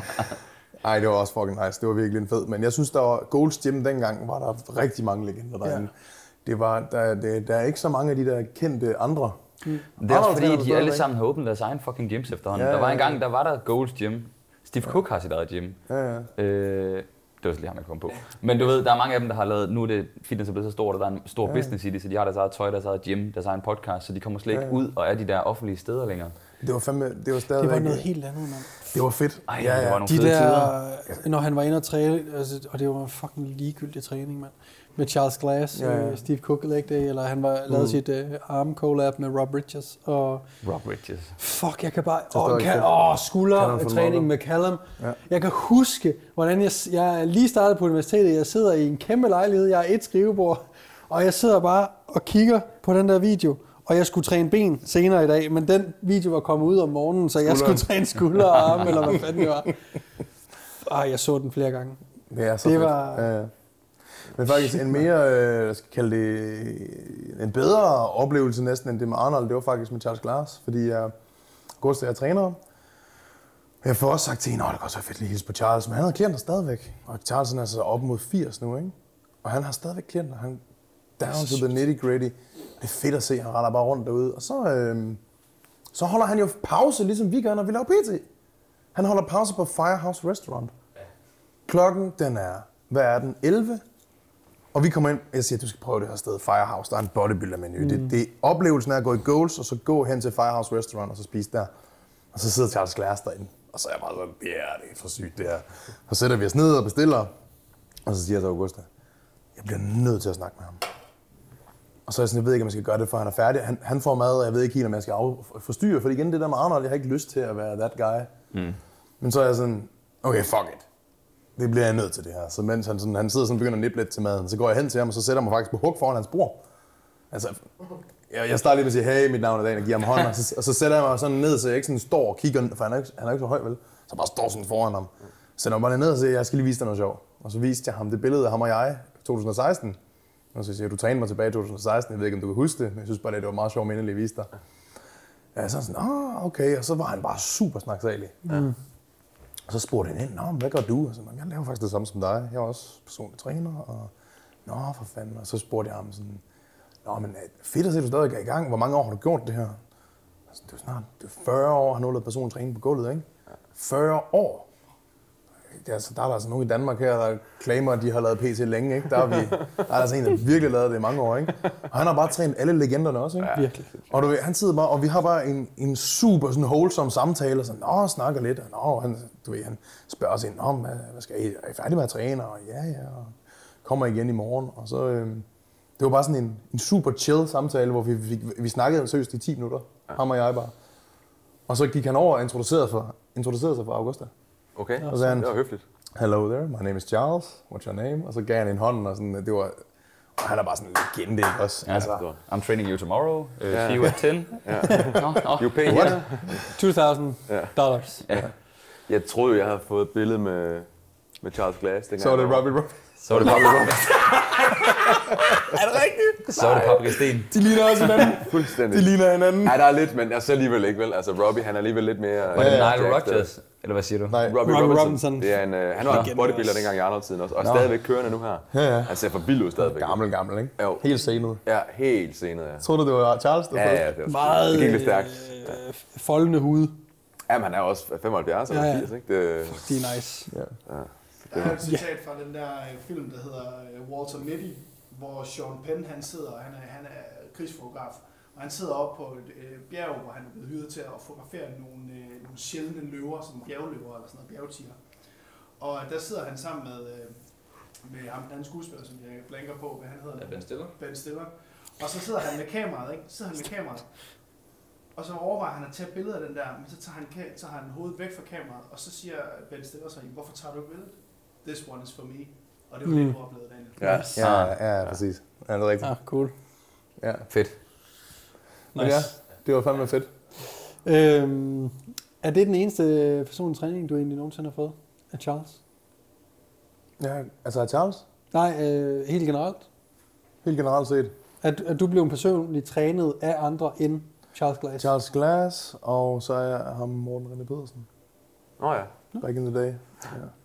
Ej, det var også fucking nice. Det var virkelig en fed. Men jeg synes, der var Gold's Gym dengang, var der rigtig mange legender derinde. Det var, der, det, der er ikke så mange af de der kendte andre. Mm. Det er også Arnold fordi, træner de stadigvæk. alle sammen har åbnet deres egen fucking gyms efterhånden. Ja, Der var ja, en ja. gang, der var der Gold's Gym. Steve Cook har sit eget gym. Ja, ja. Øh, det var så lige ham, jeg kom på. Men du ved, der er mange af dem, der har lavet, nu er det fitness er blevet så stort, og der er en stor Ja. business i det, så de har deres eget tøj, deres eget gym, deres egen podcast, så de kommer slet ikke Ja, ja. ud og er de der offentlige steder længere. Det var fandme, det var stadigvæk... Det var noget helt andet, mand. Det var fedt. Ej, ja, det ja. var nogle De fede der, tider. når han var inde og træne, altså, og det var en fucking ligegyldig træning, mand. Med Charles Glass, Ja, ja. øh, Steve Cook leg day, eller han var lavet Mm. sit øh, arm collab med Rob Richards, og Rob Richards. fuck, jeg kan bare, er åh, stadig kan, fedt. åh, Callum skuldertræning von med Callum. Ja. Jeg kan huske, hvordan jeg, jeg er lige startet på universitetet, jeg sidder i en kæmpe lejlighed, jeg har et skrivebord, og jeg sidder bare og kigger på den der video, og jeg skulle træne ben senere i dag, men den video var kommet ud om morgenen, så jeg Skulderen. skulle træne skulder og arme, eller hvad fanden det var. Ej, jeg så den flere gange. Det er så Det fedt. var- Ja, ja. Men faktisk en mere, øh, jeg skal kalde det, en bedre oplevelse næsten end det med Arnold, det var faktisk med Charles Glass, fordi jeg går til at træner ham. Jeg får også sagt til hende, at det kan også være fedt lige at hilse på Charles, men han har klienter stadigvæk. Og Charles han er så op mod firs nu, ikke? Og han har stadigvæk klienter. Han down to the nitty gritty. Det er fedt at se, han render bare rundt derude. Og så, øh, så holder han jo pause, ligesom vi gør, når vi laver P T. Han holder pause på Firehouse Restaurant. Klokken, den er, hvad er den, elleve? Og vi kommer ind, jeg siger, du skal prøve det her sted, Firehouse, der er en bodybuilder-menu. Mm. Det, det, oplevelsen er at gå i Goals, og så gå hen til Firehouse Restaurant, og så spise der. Og så sidder Charles Glass derinde, og så er jeg bare sådan, ja, yeah, det er for sygt det her. Så sætter vi os ned og bestiller, og så siger jeg til Augusta, jeg bliver nødt til at snakke med ham. Og så er jeg sådan, jeg ved ikke, om jeg skal gøre det, for han er færdig. Han, han får mad, og jeg ved ikke helt, om jeg skal af, forstyrre, for igen, det der med Arnold, jeg har ikke lyst til at være that guy. Mm. Men så er jeg sådan, okay, fuck it. Det bliver jeg nødt til det her. Så mens han, sådan, han sidder sådan og begynder at nippe lidt til maden, så går jeg hen til ham, og så sætter jeg mig faktisk på hug foran hans bord. Altså, jeg, jeg starter lige med at sige, hey, mit navn er Dan, og giver ham hånden, og så, og så sætter jeg mig sådan ned, så jeg ikke sådan står og kigger, for han er ikke, han er ikke så høj, vel? Så jeg bare står sådan foran ham. Så sætter mig bare ned og siger, jeg skal lige vise dig noget sjovt. Og så viste jeg ham det billede af ham og jeg i to tusind og seksten. Og så siger jeg, du trænede mig tilbage i to tusind og seksten, jeg ved ikke, om du kan huske det, men jeg synes bare, det var meget sjovt mindeligt at vise dig. Ja, så sådan, ah, okay, og så var han bare super snaksalig. Mm. Og så spurgte han ind, nå, hvad gør du? Og så, jeg laver faktisk det samme som dig. Jeg er også personlig træner, og nå, for fanden. Og så spurgte jeg ham sådan, nå, men fedt at se, at du stadig er i gang. Hvor mange år har du gjort det her? Altså, det er jo snart det er fyrre år, han har lavet personlig træning på gulvet, ikke? fyrre år. Ja, så der er der altså nogen i Danmark her, der claimer, at de har lavet P T længe, ikke? Der er, vi, der er altså en, der virkelig lavet det i mange år, ikke? Og han har bare trænet alle legenderne også, ikke? Ja. Virkelig. Og du ved, han sidder bare, og vi har bare en, en super sådan wholesome samtale, og sådan, nå, snakker lidt, og nå, han, du ved, han spørger os ind, nå, hvad, hvad skal I, er I færdige med at træne? Og ja, ja, og kommer igen i morgen, og så, øh, det var bare sådan en, en super chill samtale, hvor vi, vi, vi snakkede seriøst i ti minutter, ja. Ham og jeg bare. Og så gik han over og introducerede, for, introducerede sig for Augusta. Okay, Og så han, det var høfligt. hello there, my name is Charles, what's your name? Og så gav han en hånd, og sådan, det var, Og han er bare sådan en legende, ikke også? Ja. Altså, I'm training you tomorrow. Uh, Ja. See you at ten. Ja. Nå, nå. You pay here. to tusind dollars. Ja. Jeg troede, jeg havde fået et billede med, med Charles Glass. så er det Robbie Robbie. Så var det Paprika. Er det rigtigt? Så var det Paprika Sten. De ligner også hinanden. Fuldstændig. De ligner hinanden. Nej, der er lidt, men altså alligevel ikke, vel? Altså Robbie, han er alligevel lidt mere... Var det Ja, Nile Jack, Rodgers? Eller hvad siger du? Nej. Robbie, Robbie Robinson. Robinson. Det er en, øh, han var Legende bodybuilder også. dengang i Arnold-tiden også, og Nå. stadigvæk kørende nu her. Ja, ja. Han ser for vild ud stadigvæk. Gammel, gammel, ikke? Jo. Helt senet. Ja, helt senere, ja. Tror du, det var Charles, der Ja, fik? ja, det, var, Meget det gik lidt stærkt. øh, foldende hud. Jamen, han er også femoghalvfjerds eller Ja, ja. firs, ikke? Det, De er nice. Ja. Der er et citat fra den der øh, film, der hedder øh, Walter Mitty, hvor Sean Penn han sidder, han er, han er krigsfotograf, og han sidder oppe på et øh, bjerg, hvor han er blevet hyret til at fotografere nogle, øh, nogle sjældne løver, som bjergløver eller sådan noget, bjergtiger. Og der sidder han sammen med, øh, med ham, den anden skuespiller, som jeg blanker på, hvad han hedder. Ja, Ben Stiller. Ben Stiller. Og så sidder han med kameraet, ikke? Så sidder han med kameraet. Og så overvejer han at tage billeder af den der, men så tager han, tager han hovedet væk fra kameraet, og så siger Ben Stiller så, hvorfor tager du ikke billedet? This one is for me. Og det var det, Mm. du oplevede, Daniel. ja. Ja, ja, ja, præcis. Ja, det er rigtigt. Ah, cool. Ja. Fedt. Men ja, det var fandme fedt. Øhm, er det den eneste personlige træning, du egentlig nogensinde har fået af Charles? Ja, altså Charles, Nej, øh, helt generelt. helt generelt set. At, at du blev personligt trænet af andre end Charles Glass. Charles Glass, og så er jeg ham Morten René Pedersen. Nå ja. Back in the day. Ja.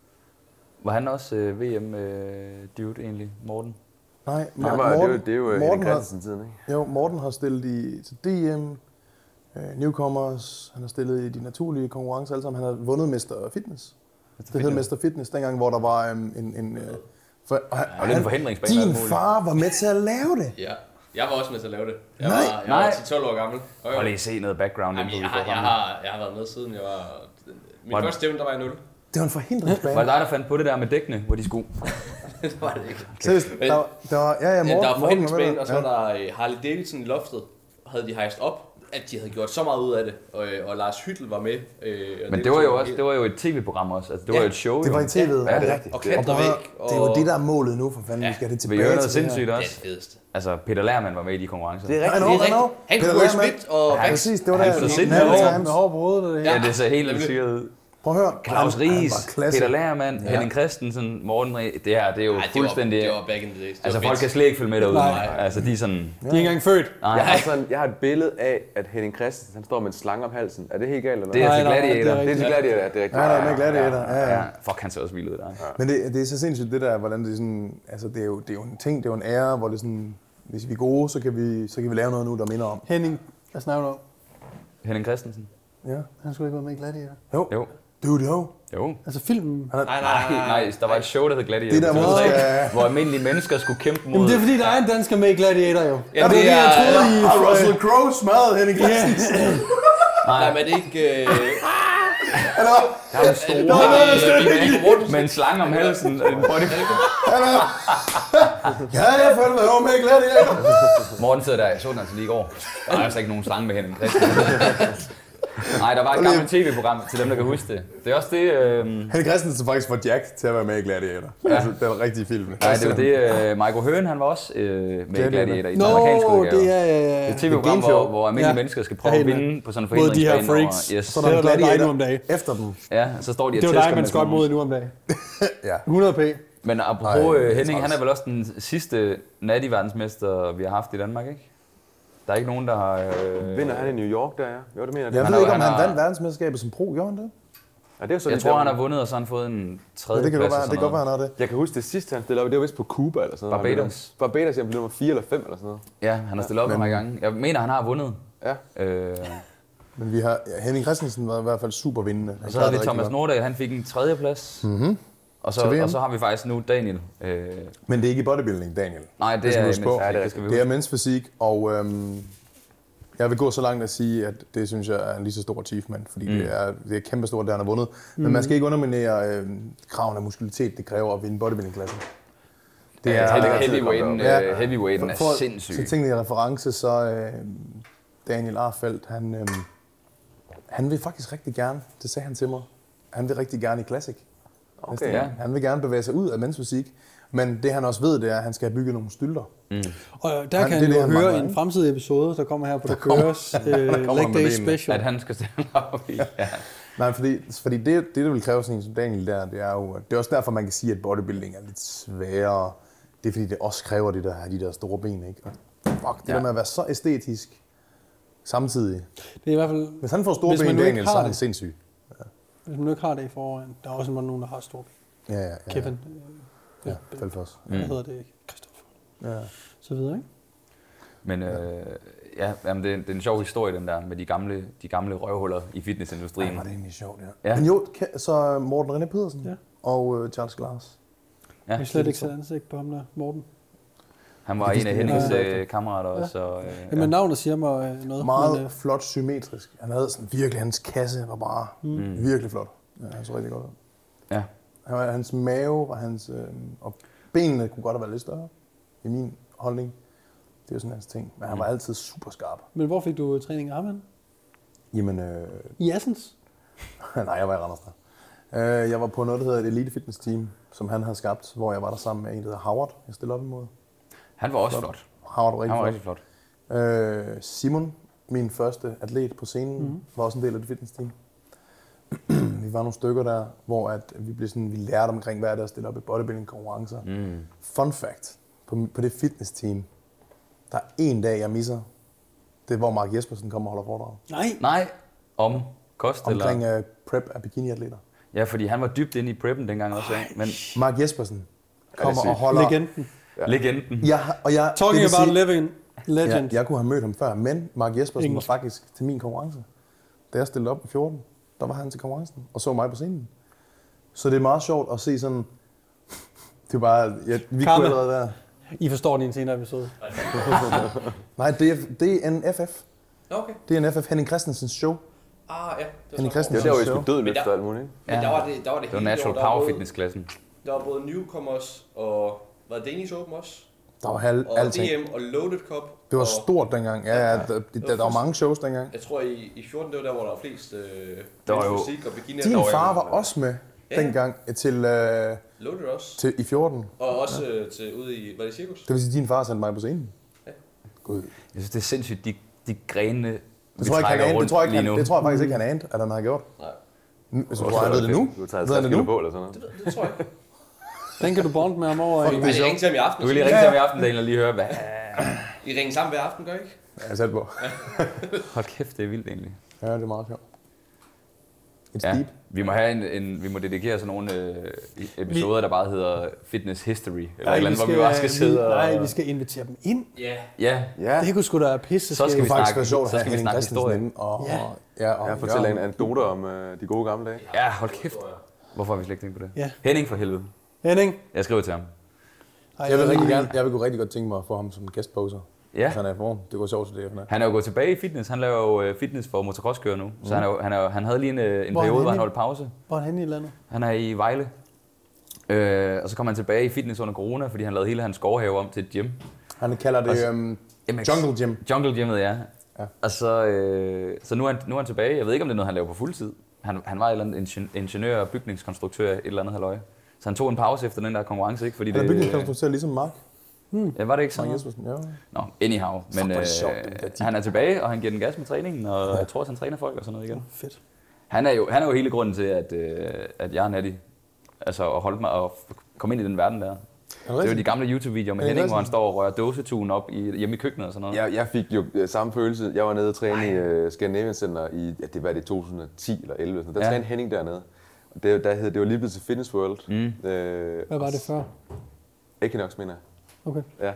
Var han også øh, V M-dude egentlig, Morten? Nej, Han var, det, er jo, det er jo Morten Henning har, Christensen-tiden, ikke? jo, Morten har stillet i til D M, øh, Newcomers, han har stillet i de naturlige konkurrencer alle sammen. Han har vundet Mister Fitness. Det hed Mister Fitness dengang, hvor der var um, en... en øh, for, og han, Og lidt en forhindringsbane og alt din muligt. far var med til at lave det. Ja. Jeg var også med til at lave det. Jeg Nej. var, jeg Nej. var ti tolv år gammel. Og Og lige se noget background Jamen, info, jeg, vi har, får jeg, frem. har, jeg har været med siden jeg var... Min Var det- første stævne, der var i nul. Det var en forhindringsbane. Var det dig, der fandt på det der med dækkene, hvor de skulle? Det var det ikke. Seriøst, Men- der, var- der var, ja, ja, Morten, Ja, der var Morten forhindringsbanen, med og så var der øh, Harley Davidson i loftet. Havde de hejst op, at de havde gjort så meget ud af det. Og, øh, og Lars Hyttel var med. Øh, og Men det var jo også, det var jo et tv-program også. Altså, det var Ja. jo et show. Det var i jo. tv'et. Ja, det er ja. rigtigt. Og Og prøv at klatrevæg. høre, Og... det er jo det, der er målet nu, for fanden. Ja. Vi skal have det Vi tilbage gjorde noget til det her. sindssygt Det er også. det fedeste. Altså, Peter Lerman var med i de konkurrencer. Det er I rigtigt. know, Det er I know. rigtigt. Han Peter kunne Will Lerman. Smith og Ja, Rex. præcis. Det var Han der. så sindssygt Nalle over. Times. Med hår på hovedet og det Ja, hele. det ser helt vildt syret ud. Prøv at høre. Claus Han- han Ries, var klasse. Peter Lerman, Henning Christensen, Morten Ries. Det her, det er jo Ej, det var, fuldstændig... det var back in the days. Det Altså, var folk fedt. kan slet ikke følge med derude. Nej. Altså, de er sådan... De er ikke engang født. Nej, Jeg har, sådan, jeg har et billede af, at Henning Christensen han står med en slange om halsen. Er det helt galt eller det er Nej, til nej, Gladiator. det er Det er til Gladiator, ja, det er rigtigt. Ja, der er med gladiator. Ja, ja. Ja, fuck, han ser også vild ud der. Men det, det er så sindssygt det der, hvordan det er sådan, altså det er jo, det er jo en ting, det er jo en ære, hvor det er sådan, hvis vi er gode, så kan vi, så kan vi lave noget nu, der minder om. Henning, hvad snakker du om? Henning Christensen? Ja. Han skulle ikke være med i Gladiator. Jo. Jo. Dude, jo. Jo. Altså filmen. Han er, Nej, nej, nej. Nej, der var et show, der hed Gladiator. Det der, hvor Hvor- du skal- hvor almindelige mennesker skulle kæmpe mod... Jamen det er fordi, der er en dansker med i Gladiator jo. Ja, Og det det er, er- jeg troede, I... Har Russell Crowe smadret Henning Christensen? Nej, men er det ikke... Øh... Der er en stor med, med en slange om halsen. En body... Ja, jeg følte mig over med gladiator. Morten sidder der, jeg så den altså lige i går. Der er altså ikke nogen slange med Henning Christensen. Nej, der var et gammelt tv-program til dem, der kan huske det. Det er også det... Øh... Henning Christensen er faktisk for Jack til at være med i Gladiator. Ja. Altså, det var rigtig film. Nej, det var det... Øh, Michael Høen, han var også øh, med i Gladiator. Gladiator i den amerikanske Nå, udgave. det er... Det er et tv-program, hvor, hvor almindelige Ja. mennesker skal prøve Jeg at er helt vinde på sådan en Mod de her forhindringsbane. freaks. Yes. Så Det der er er der dig gladiator nu om dagen. efter dem. Ja, så står de og Det var tæsker dig, man med skal op sådan nogle- mod nu om dagen. Ja. hundrede p. Men apropos Ej, det Ej, er Henning, han træls. er vel også den sidste natty-verdensmester, vi har haft i Danmark, ikke? Der er ikke nogen, der har... Øh... Vinder han i New York, der er? Jo, det mener jeg. Jeg Han ved har- ikke, om han han har- vandt verdensmesterskabet som pro, gjorde han det? Ja, det er så Jeg lige tror, der, han har vundet, og så har han fået en tredje Ja, det kan plads. godt være, det kan godt være, han har det. Jeg kan huske det sidste, han stillede op, det var vist på Cuba eller sådan noget. Barbados. Barbados, jeg blev nummer fire eller fem eller sådan noget. Ja, han har stillet op Men- nogle gange. Jeg mener, han har vundet. Ja. Øh, Men vi har, ja, Henning Christensen var i hvert fald super vindende. og så havde vi Thomas Nordahl, han fik en tredje plads. Mm-hmm. Og så, Til V M. og så har vi faktisk nu Daniel. Øh, Men det er ikke i bodybuilding, Daniel. nej, det, Det skal er vi huske på. imens- Ja, det er det skal vi Det er huske. mens fysik, og øhm, jeg vil gå så langt at sige, at det synes jeg er en lige så stor achievement, fordi mm. det, er, det er kæmpestort, det han har vundet. Mm. Men man skal ikke underminere øhm, kraven af muskulatet, det kræver at vinde bodybuilding-klassen. Det er heavy- heavyweighten, Ja. øh, heavyweighten er For- sindssyg. Så tingene i reference, så øh, Daniel Arfeldt, han, øh, han vil faktisk rigtig gerne, det sagde han til mig, han vil rigtig gerne i Classic. Okay. Ja. Han vil gerne bevæge sig ud af mens fysik, Men det han også ved, det er, at han skal have bygget nogle stylter. Mm. Og der Han- kan det er han jo det, han høre mangler, i en ikke? fremtidig episode, der kommer her på Der kommer- Køres øh, kommer Leg med Day benene. Special. At han skal stille op i. Ja. Nej, fordi, fordi det, det, der vil kræve sådan en som Daniel der, det er jo, det er også derfor, man kan sige, at bodybuilding er lidt sværere. Det er fordi, det også kræver de der, de der store ben, ikke? Og fuck, det Ja. der med at være så æstetisk samtidig. Det er i hvert fald, Hvis han får store Hvis man ben, nu ikke Daniel, har så er han det. sindssyg. hvis man nu ikke har det i forvejen, der er også nogen, der har store ben. Ja, ja, ja. Kevin, Ja, Felfors. hvad hedder det ikke? Christoffer. Ja. Så videre, ikke? Men øh, ja, jamen, det, er, det er en sjov historie, den der med de gamle, de gamle røvhuller i fitnessindustrien. Ej, var det egentlig sjovt, ja. Ja. Men jo, Ke- så Morten René Pedersen Ja. og øh, Charles Glass. Ja, Vi har slet ikke sat ansigt på ham der, Morten. han var Det en skal af vi Hennings nok have. øh, kammerater også. Og, øh, Ja. Men navnet siger mig øh, noget. Meget Men, øh, flot symmetrisk. Han havde sådan virkelig, hans kasse var bare mm. virkelig flot. Ja, han så rigtig godt ud. ja. Han var, hans mave og hans øh, og benene kunne godt have været lidt større, i min holdning. Det er jo sådan hans ting. Men han var altid super skarp. men hvor fik du træning af ham hen? Jamen, øh, I Assens? nej, jeg var i Randers der. Øh, jeg var på noget, der hedder et elite fitness team, som han havde skabt, hvor jeg var der sammen med en, der hedder Howard. Jeg stillede op imod. Han var også flot. Howard var rigtig Han var flot. rigtig flot. Øh, Simon, min første atlet på scenen, mm. var også en del af det fitness team. Vi var nogle stykker der, hvor at vi, blev sådan, vi lærte omkring, hvad det er at stille op i bodybuilding konkurrencer. Mm. Fun fact, på, på det fitness team, der er en dag, jeg misser. Det er, hvor Mark Jespersen kommer og holder foredrag. Nej. Nej, om kost Omkring eller... uh, prep af bikiniatleter. Ja, fordi han var dybt inde i preppen dengang også, ikke? Men Mark Jespersen kommer sygt? og holder... Legenden. ja. legenden. Jeg, og jeg, Talking det vil about sige- living legend. Ja, jeg kunne have mødt ham før, men Mark Jespersen Engelsk. var faktisk til min konkurrence. Da jeg stillede op i fjorten, der var han til konkurrencen og så mig på scenen. Så det er meget sjovt at se sådan... Det er bare... Ja, vi Karma. kunne allerede der. I forstår det i en senere episode. Nej, det er, det er en F F. Nå, okay. Det er en F F. Henning Christensens show. Ah, ja. Det var Henning så- Christensen. Det var der, hvor I Show. skulle død Men løfte der- og alt muligt, ikke? Men der var det, der var det Det var hele Natural år. Der var Power både- Fitness-klassen. Der var både Newcomers og... Var det Danish Open også? Der var halv, Og alting. D M og Loaded Cup. Det var og, stort dengang. Ja, ja, der, der, der var mange shows dengang. Jeg tror, i, i fjorten, det var der, hvor der var flest øh, Der var jo- fysik og bikini. Din Der var far jo- var også med Ja. dengang til, øh, Loaded også. til i fjorten. Og også øh, til, ude i... Var det Cirkus? Det vil sige, at din far sendte mig på scenen. Ja. Gud. Jeg synes, det er sindssygt, de, de grene, Det vi tror, jeg, ikke, han trækker anede, det, rundt tror jeg, ikke, lige han, nu. det tror jeg faktisk ikke, han anede, at han har gjort. Nej. Nu- Hvis du tror, han ved det nu. Du har taget Ved han halvtreds det kilo nu? på, eller sådan noget. Det, ved- det tror jeg ikke. Den kan du bonde med ham over i. Ej, det ringte til ham i aften. Du kan lige ringe til ham i aften, Daniel, og lige høre, hvad... I ringer sammen hver aften, gør I ikke? Ja, jeg er sat på. Hold kæft, det er vildt egentlig. Ja, det er meget sjovt. It's Ja, deep. vi må have en, en vi må dedikere sådan nogle øh, episoder, der bare hedder Fitness History, eller Nej, et eller andet, hvor vi bare skal sidde og... Nej, vi skal invitere dem ind. Ja. Ja, Ja, Det kunne sgu da være pisse Så skal Det vi kunne faktisk snakke- være sjovt at så have skal vi Henning snakke Christensen historie. inde. Og, Ja. og, ja, og jeg fortæller en Jørgen. anekdote om øh, de gode gamle dage. ja, hold kæft. Hvorfor har vi slet ikke tænkt på det? Ja. Henning for helvede. Henning. Jeg skriver til ham. Ej, Jeg vil, rigtig lige- gerne, jeg vil kunne rigtig godt tænke mig at få ham som gæstposer. Ja. Hvis han er i form. Det går sjovt til det, han er. Han er jo gået tilbage i fitness. Han laver jo øh, fitness for motocrosskører nu. Så han, er jo, han, er jo, han havde lige en, øh, en Hvor er han periode, hvor han henne? holdt pause. Hvor er han henne i landet? Han er i Vejle. Øh, og så kom han tilbage i fitness under corona, fordi han lavede hele hans skovhave om til et gym. Han kalder det um, M X. Jungle Gym. Jungle Gymmet, ja. Ja. Og så, øh, så nu, er han, nu er han tilbage. Jeg ved ikke, om det er noget, han laver på fuldtid. Han, han var et eller andet ingeniør, ingeniør og bygningskonstruktør, et eller andet halløj. Så han tog en pause efter den der konkurrence, ikke? Fordi Han er det, bygningskonstruktør ligesom Mark. ja, var det ikke sådan Mark noget? Jespersen, ja. Nå, anyhow. Men hvor er øh, det sjovt, det der han er tilbage, og han giver den gas med træningen, og jeg tror også, han træner folk og sådan noget igen. Fedt. Han er jo, han er jo hele grunden til, at, øh, at jeg er nattig. Altså at holde mig og komme ind i den verden der. Det er jo de gamle YouTube-videoer med Er det Henning, rigtigt? hvor han står og rører dåsetun op i, hjemme i køkkenet og sådan noget. Jeg, jeg fik jo øh, samme følelse. Jeg var nede og træne i uh, Scandinavian Center i, ja, det var det to tusind og ti eller elleve. Sådan. Der Ja. trænede Henning dernede. Og det, der hed, det var lige blevet til Fitness World. Mm. Øh, Hvad var det før? Equinox, mener jeg. Okay. Ja.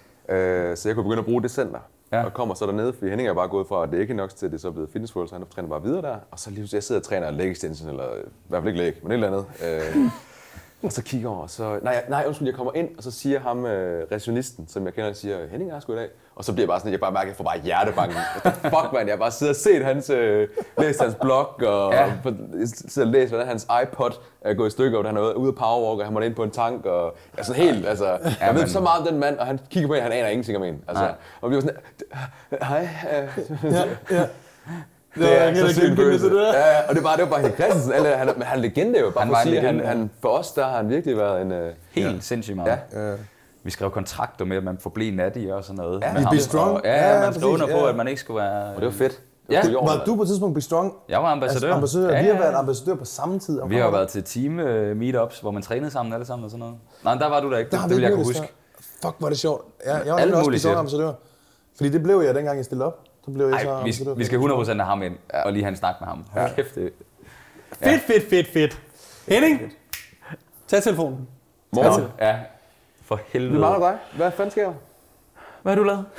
Øh, så jeg kunne begynde at bruge det center. Ja. Ja. Og kommer så dernede, fordi Henning er bare gået fra, at det er Equinox til, at det er så blevet Fitness World, så han træner bare videre der. Og så lige pludselig, jeg sidder og træner leg extension, eller i hvert fald ikke leg, men et eller andet. Øh, og så kigger jeg over, og så... Nej, nej, undskyld, jeg kommer ind, og så siger ham, øh, receptionisten, som jeg kender, siger, Henning er sgu i dag. Og så bliver jeg bare sådan, jeg bare mærker, at jeg får bare hjertebanken. Fuck, man, jeg har bare siddet og set hans, øh, læst hans blog, og Ja. ja. sidder og læst, hvordan hans iPod er gået i stykker, og han er ude at powerwalk, og han måtte ind på en tank, og altså helt, altså... Jeg ved men- så meget om den mand, og han kigger på en, han aner ingenting om en. Altså, Nej. og vi var sådan, hej, øh, Ja, ja. Det er helt så sygt genkendende følelse. til det der. Ja, ja, og det var, det var bare Henrik Christensen. Alle, han, men han er legende jo. Bare Han for var at en sige, han, legende, han, for os, der har han virkelig været en... Uh, Helt ja. sindssygt meget. Ja. Ja. Vi skrev kontrakter med, at man forblev natty og sådan noget. Ja, med i ham. Be Strong. Og, ja, Ja, ja, man præcis, skrev under på, ja. at man ikke skulle være... og det var fedt. Det Ja. var jorden, Var du på et tidspunkt Be Strong? Jeg var ambassadør. Altså, ambassadør. Ja, Vi har ja, været ja. ambassadør på samme tid. Vi har jo været til team uh, meetups, hvor man trænede sammen alle sammen og sådan noget. Nej, der var du der ikke. Der Det, har det vi vil jeg ikke kunne mødtes huske. før. Fuck, hvor er det sjovt. Ja, jeg var Alt nemlig også Be muligt Strong shit. ambassadør. Fordi det blev jeg, dengang jeg stillede op. Så blev jeg så Ej, vi, ambassadør. vi skal hundrede procent have ham ind, og lige have en snak med ham. Ja. Kæft, det. Fedt, fedt, fedt, fedt. Henning, tag telefonen. Morgen. Ja, for helvede. Vi mangler dig. Hvad fanden sker der? Hvad har du lavet?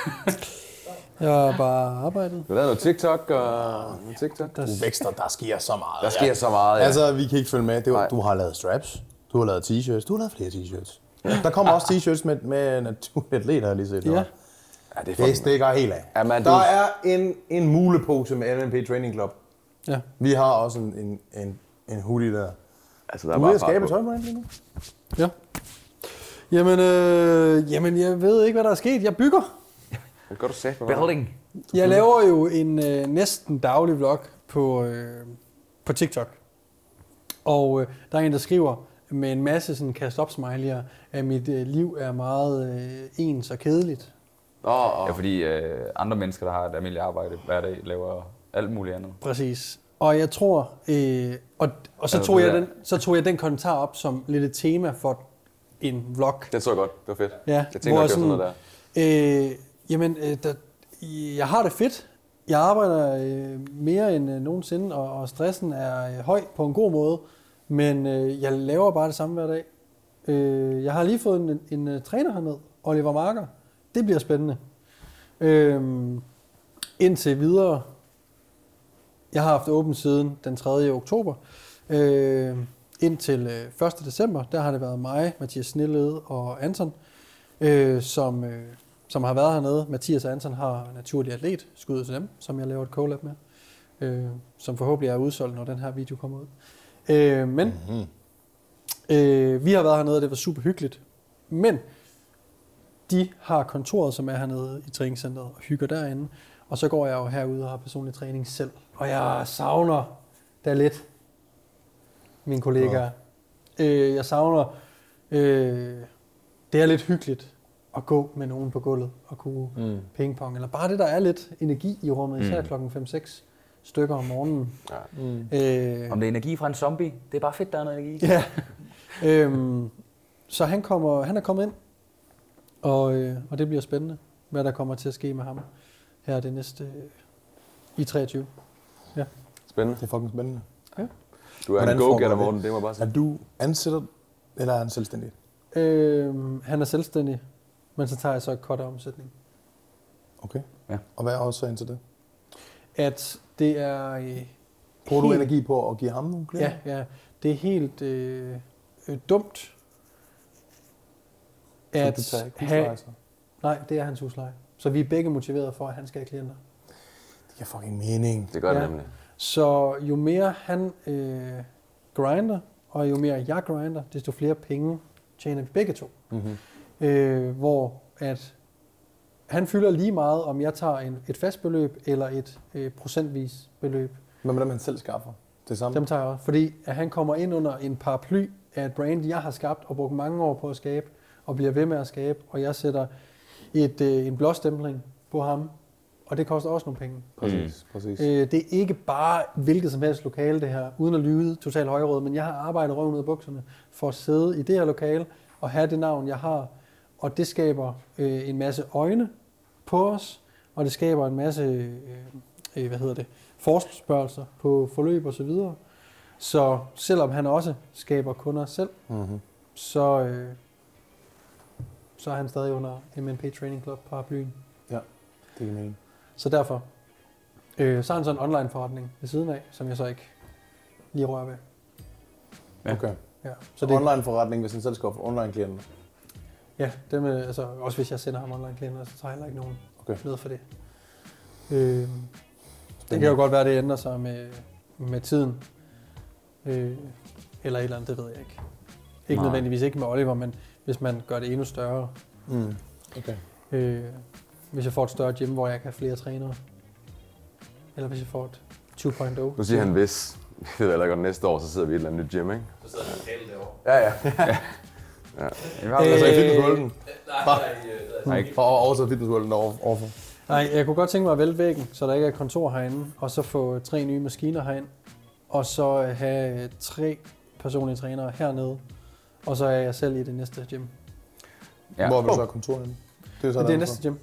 Jeg har bare arbejdet. Du har lavet noget TikTok og noget TikTok. Der, Du vækster, der sker så meget. Der sker så meget, ja. Altså, vi kan ikke følge med. Det var, Nej. du har lavet straps, du har lavet t-shirts, du har lavet flere t-shirts. Der kommer også t-shirts med, med naturatleter, har jeg lige set. ja. Ja. ja, det er Det fucking... stikker helt af. Ja, man, Der du... er en, en mulepose med M N P Training Club. ja. Vi har også en, en, en, en hoodie der. Altså, der Du er er ved bare at skabe fart på. tøj på den lige nu? Ja. Jamen, øh, jamen, jeg ved ikke, hvad der er sket. Jeg bygger. Det er godt, du sagde på mig. Building. Jeg laver jo en øh, næsten daglig vlog på, øh, på TikTok. Og øh, der er en, der skriver med en masse sådan cast-up-smiley'er, at mit øh, liv er meget øh, ens og kedeligt. Åh, åh. Ja, fordi øh, andre mennesker, der har et almindeligt arbejde hver dag, laver alt muligt andet. Præcis. Og jeg tror, øh, og, og så, Altså, tog det jeg der- den, så tog jeg den kommentar op som lidt et tema for en vlog. Det så jeg godt. Det var fedt. Ja, Jeg tænker, at det var sådan noget der. Øh, jamen, øh, der, jeg har det fedt. Jeg arbejder øh, mere end øh, nogensinde, og, og stressen er øh, høj på en god måde. Men øh, jeg laver bare det samme hver dag. Øh, jeg har lige fået en, en, en uh, træner herned, Oliver Marker. Det bliver spændende. Øh, indtil videre. Jeg har haft åbent siden den tredje oktober. Øh, indtil øh, første december, der har det været mig, Mathias Snellede og Anton, øh, som, øh, som har været hernede. Mathias og Anton har naturlig atlet, skud til dem, som jeg laver et collab med, øh, som forhåbentlig er udsolgt, når den her video kommer ud. Øh, men mm-hmm. øh, vi har været hernede, og det var super hyggeligt. Men de har kontoret, som er hernede i træningscenteret, og hygger derinde. Og så går jeg jo herude og har personlig træning selv. Og jeg savner da lidt mine kollegaer. Ja. Øh, jeg savner, øh, det er lidt hyggeligt at gå med nogen på gulvet og kunne mm. pingpong. Eller bare det, der er lidt energi i rummet, især mm. klokken fem seks stykker om morgenen. Ja. Mm. Øh, Om det er energi fra en zombie, det er bare fedt, der er noget energi. ja. øhm, så han, kommer, han er kommet ind, og, øh, og det bliver spændende, hvad der kommer til at ske med ham her det næste øh, i treogtyve. Ja. Spændende. Det er fucking spændende. Du er Hvordan en go-getter, foregår det? Morten. Det må jeg bare sige. Er du ansætter, eller er han selvstændig? Øhm, han er selvstændig, men så tager jeg så et cut af omsætning. Okay. Ja. Og hvad er årsagen til det? At det er... Øh, Bruger du helt- energi på at give ham nogle klienter? Ja, ja. Det er helt øh, øh, dumt, at Så du tager ikke have... husleje, så? Nej, det er hans husleje. Så vi er begge motiveret for, at han skal have klienter. Det giver fucking mening. Det gør det Ja. nemlig. Så jo mere han øh, grinder, og jo mere jeg grinder, desto flere penge tjener vi begge to. Mm-hmm. Øh, hvor at han fylder lige meget, om jeg tager en, et fast beløb eller et øh, procentvis beløb. Hvad med dem, han selv skaffer? Det samme? Dem tager jeg også, fordi at han kommer ind under en paraply af et brand, jeg har skabt og brugt mange år på at skabe, og bliver ved med at skabe, og jeg sætter et, øh, en blåstempling på ham, og det koster også nogle penge. Præcis, mm. præcis. Øh, det er ikke bare hvilket som helst lokale det her, uden at lyde totalt højrød, men jeg har arbejdet røven ud af bukserne for at sidde i det her lokale og have det navn, jeg har, og det skaber øh, en masse øjne på os, og det skaber en masse øh, øh, hvad hedder det, forspørgelser på forløb og så videre. Så selvom han også skaber kunder selv, Mm-hmm. så, øh, så er han stadig under M N P Training Club paraplyen. Det giver mening. Så derfor, øh, så har han så en online forretning ved siden af, som jeg så ikke lige rører ved. Ja. Okay. Ja, så Så det, online forretning, hvis han selv skal få online klienter. ja, det med, altså, også hvis jeg sender ham online klienter, så tager jeg heller ikke nogen Okay. noget for det. Øh, det kan jo godt være, at det ændrer sig med, med tiden. Øh, eller et eller andet, det ved jeg ikke. Ikke Nej. nødvendigvis ikke med Oliver, men hvis man gør det endnu større. Mm. Okay. Øh, hvis jeg får et større gym, hvor jeg kan have flere trænere. eller hvis jeg får et to punkt nul. Nu siger han hvis. Jeg ved heller godt, næste år, så sidder vi i et eller andet nyt gym, ikke? Så sidder han og taler derovre. Ja, ja. Altså i fitnessworlden. Nej, nej, Nej, og også fitnessworlden overfor. Nej, jeg kunne godt tænke mig at vælte væggen, så der ikke er kontor herinde, og så få tre nye maskiner herind, og så have tre personlige trænere hernede, og så er jeg selv i det næste gym. Ja. Hvor vil du så have kontoret henne? Det er, så Det er næste gym.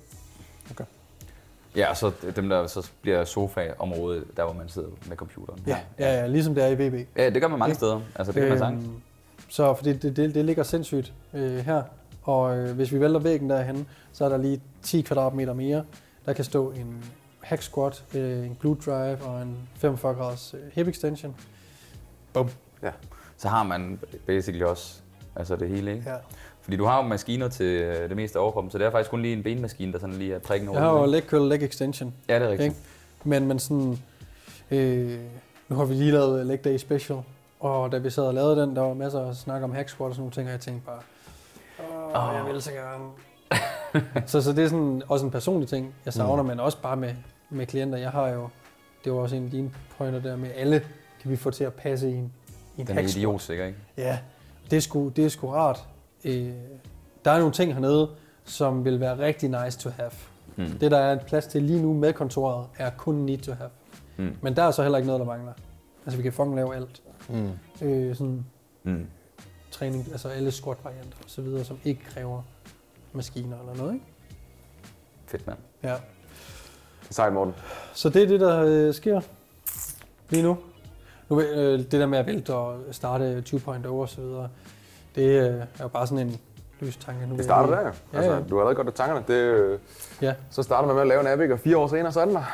Ja, så dem der så bliver sofa-området, der hvor man sidder med computeren. Ja, ja, ja, ligesom det er i V B. Ja, det gør man mange Okay. steder. Altså, det kan man sagtens. Øhm, Så fordi det, det, det ligger sindssygt øh, her, og øh, hvis vi vælter væggen derhen, så er der lige ti kvadratmeter mere. Der kan stå en hack squat, øh, en glute drive og en femogfyrre graders øh, hip extension. Bum. Så har man basically også altså det hele, ikke? Ja. Fordi du har jo maskiner til øh, det meste af overkroppen, så det er faktisk kun lige en benmaskine, der sådan lige er prikken over. Jeg har jo den, leg curl, leg extension. ikke? Ja, det er rigtigt. Ikke? Men, men sådan, øh, nu har vi lige lavet leg day special, og da vi sad og lavede den, der var masser af snak om hack squat og sådan nogle ting, og jeg tænkte bare, åh, oh, jeg vil så gerne. så, så det er sådan, også en personlig ting, jeg savner, mm. men også bare med, med klienter. Jeg har jo, det var også en af dine pointer der med, alle kan vi få til at passe i en, i en Den er hack squat. idiotsikker, ikke? Ja, det er sgu, det er sgu rart. Øh, der er nogle ting hernede, som vil være rigtig nice to have. Mm. Det, der er et plads til lige nu med kontoret, er kun need to have. Mm. Men der er så heller ikke noget, der mangler. Altså, vi kan fucking lave alt. Mm. Øh, sådan Mm. træning, altså alle squat-varianter og så videre, som ikke kræver maskiner eller noget, ikke? Fedt, mand. Ja. Sejt, Morten. Så det er det, der øh, sker lige nu. nu øh, det der med at vælte og starte to punkt nul og så videre, det øh, er jo bare sådan en løs tanke. Nu vil Det starter jeg der jo. Ja, Altså, ja. du har allerede godt af tankerne. Det, øh, Ja. Så starter man med at lave en Abic, og fire år senere, så er den der.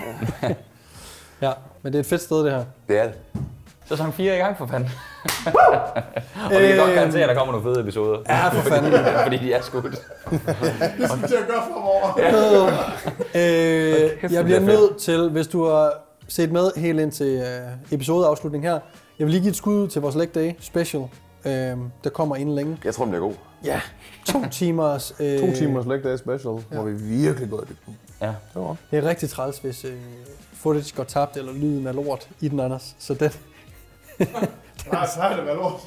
Ja, men det er et fedt sted, det her. Det er det. Sæson fire er i gang, for fanden. Og vi kan godt garantere, at der kommer nogle fede episoder. Ja, for fanden. Fordi de er skudt. Det skal vi til at gøre fremover. Øh, jeg bliver nødt til, hvis du har set med helt ind til øh, episodeafslutningen her, jeg vil lige give et skud til vores Leg Day Special, øh, der kommer inden længe. Jeg tror, den bliver god. Ja, to timers. Øh, To timers leg day special, ja. Hvor vi virkelig går i dybden. Ja. Det var godt. Det er rigtig træls, hvis øh, footage går tabt, eller lyden er lort i den, Anders. Så den... Nej, så er det vel lort.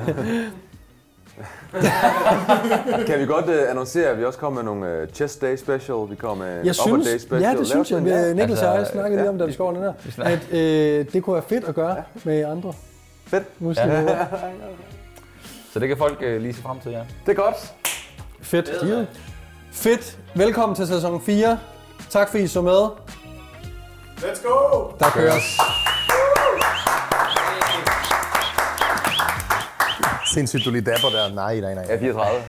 Kan vi godt uh, annoncere, at vi også kommer med nogle uh, chest day special, vi kommer med en Jeg upper synes, day special. ja, det Lav synes jeg. sådan en, ja. Niklas Altså, og jeg snakkede ja. lige om, da vi skulle over den her. snakker- At øh, det kunne være fedt at gøre ja. med andre. Fedt. Musikere. Ja. Så det kan folk øh, lige se frem til, ja. Det er godt. Fedt. Fedt. Velkommen til sæson fire. Tak fordi I så med. Let's go! Der køres. Sindssygt, du lige dapper der. Nej, nej, nej. Ja, fireogtredive.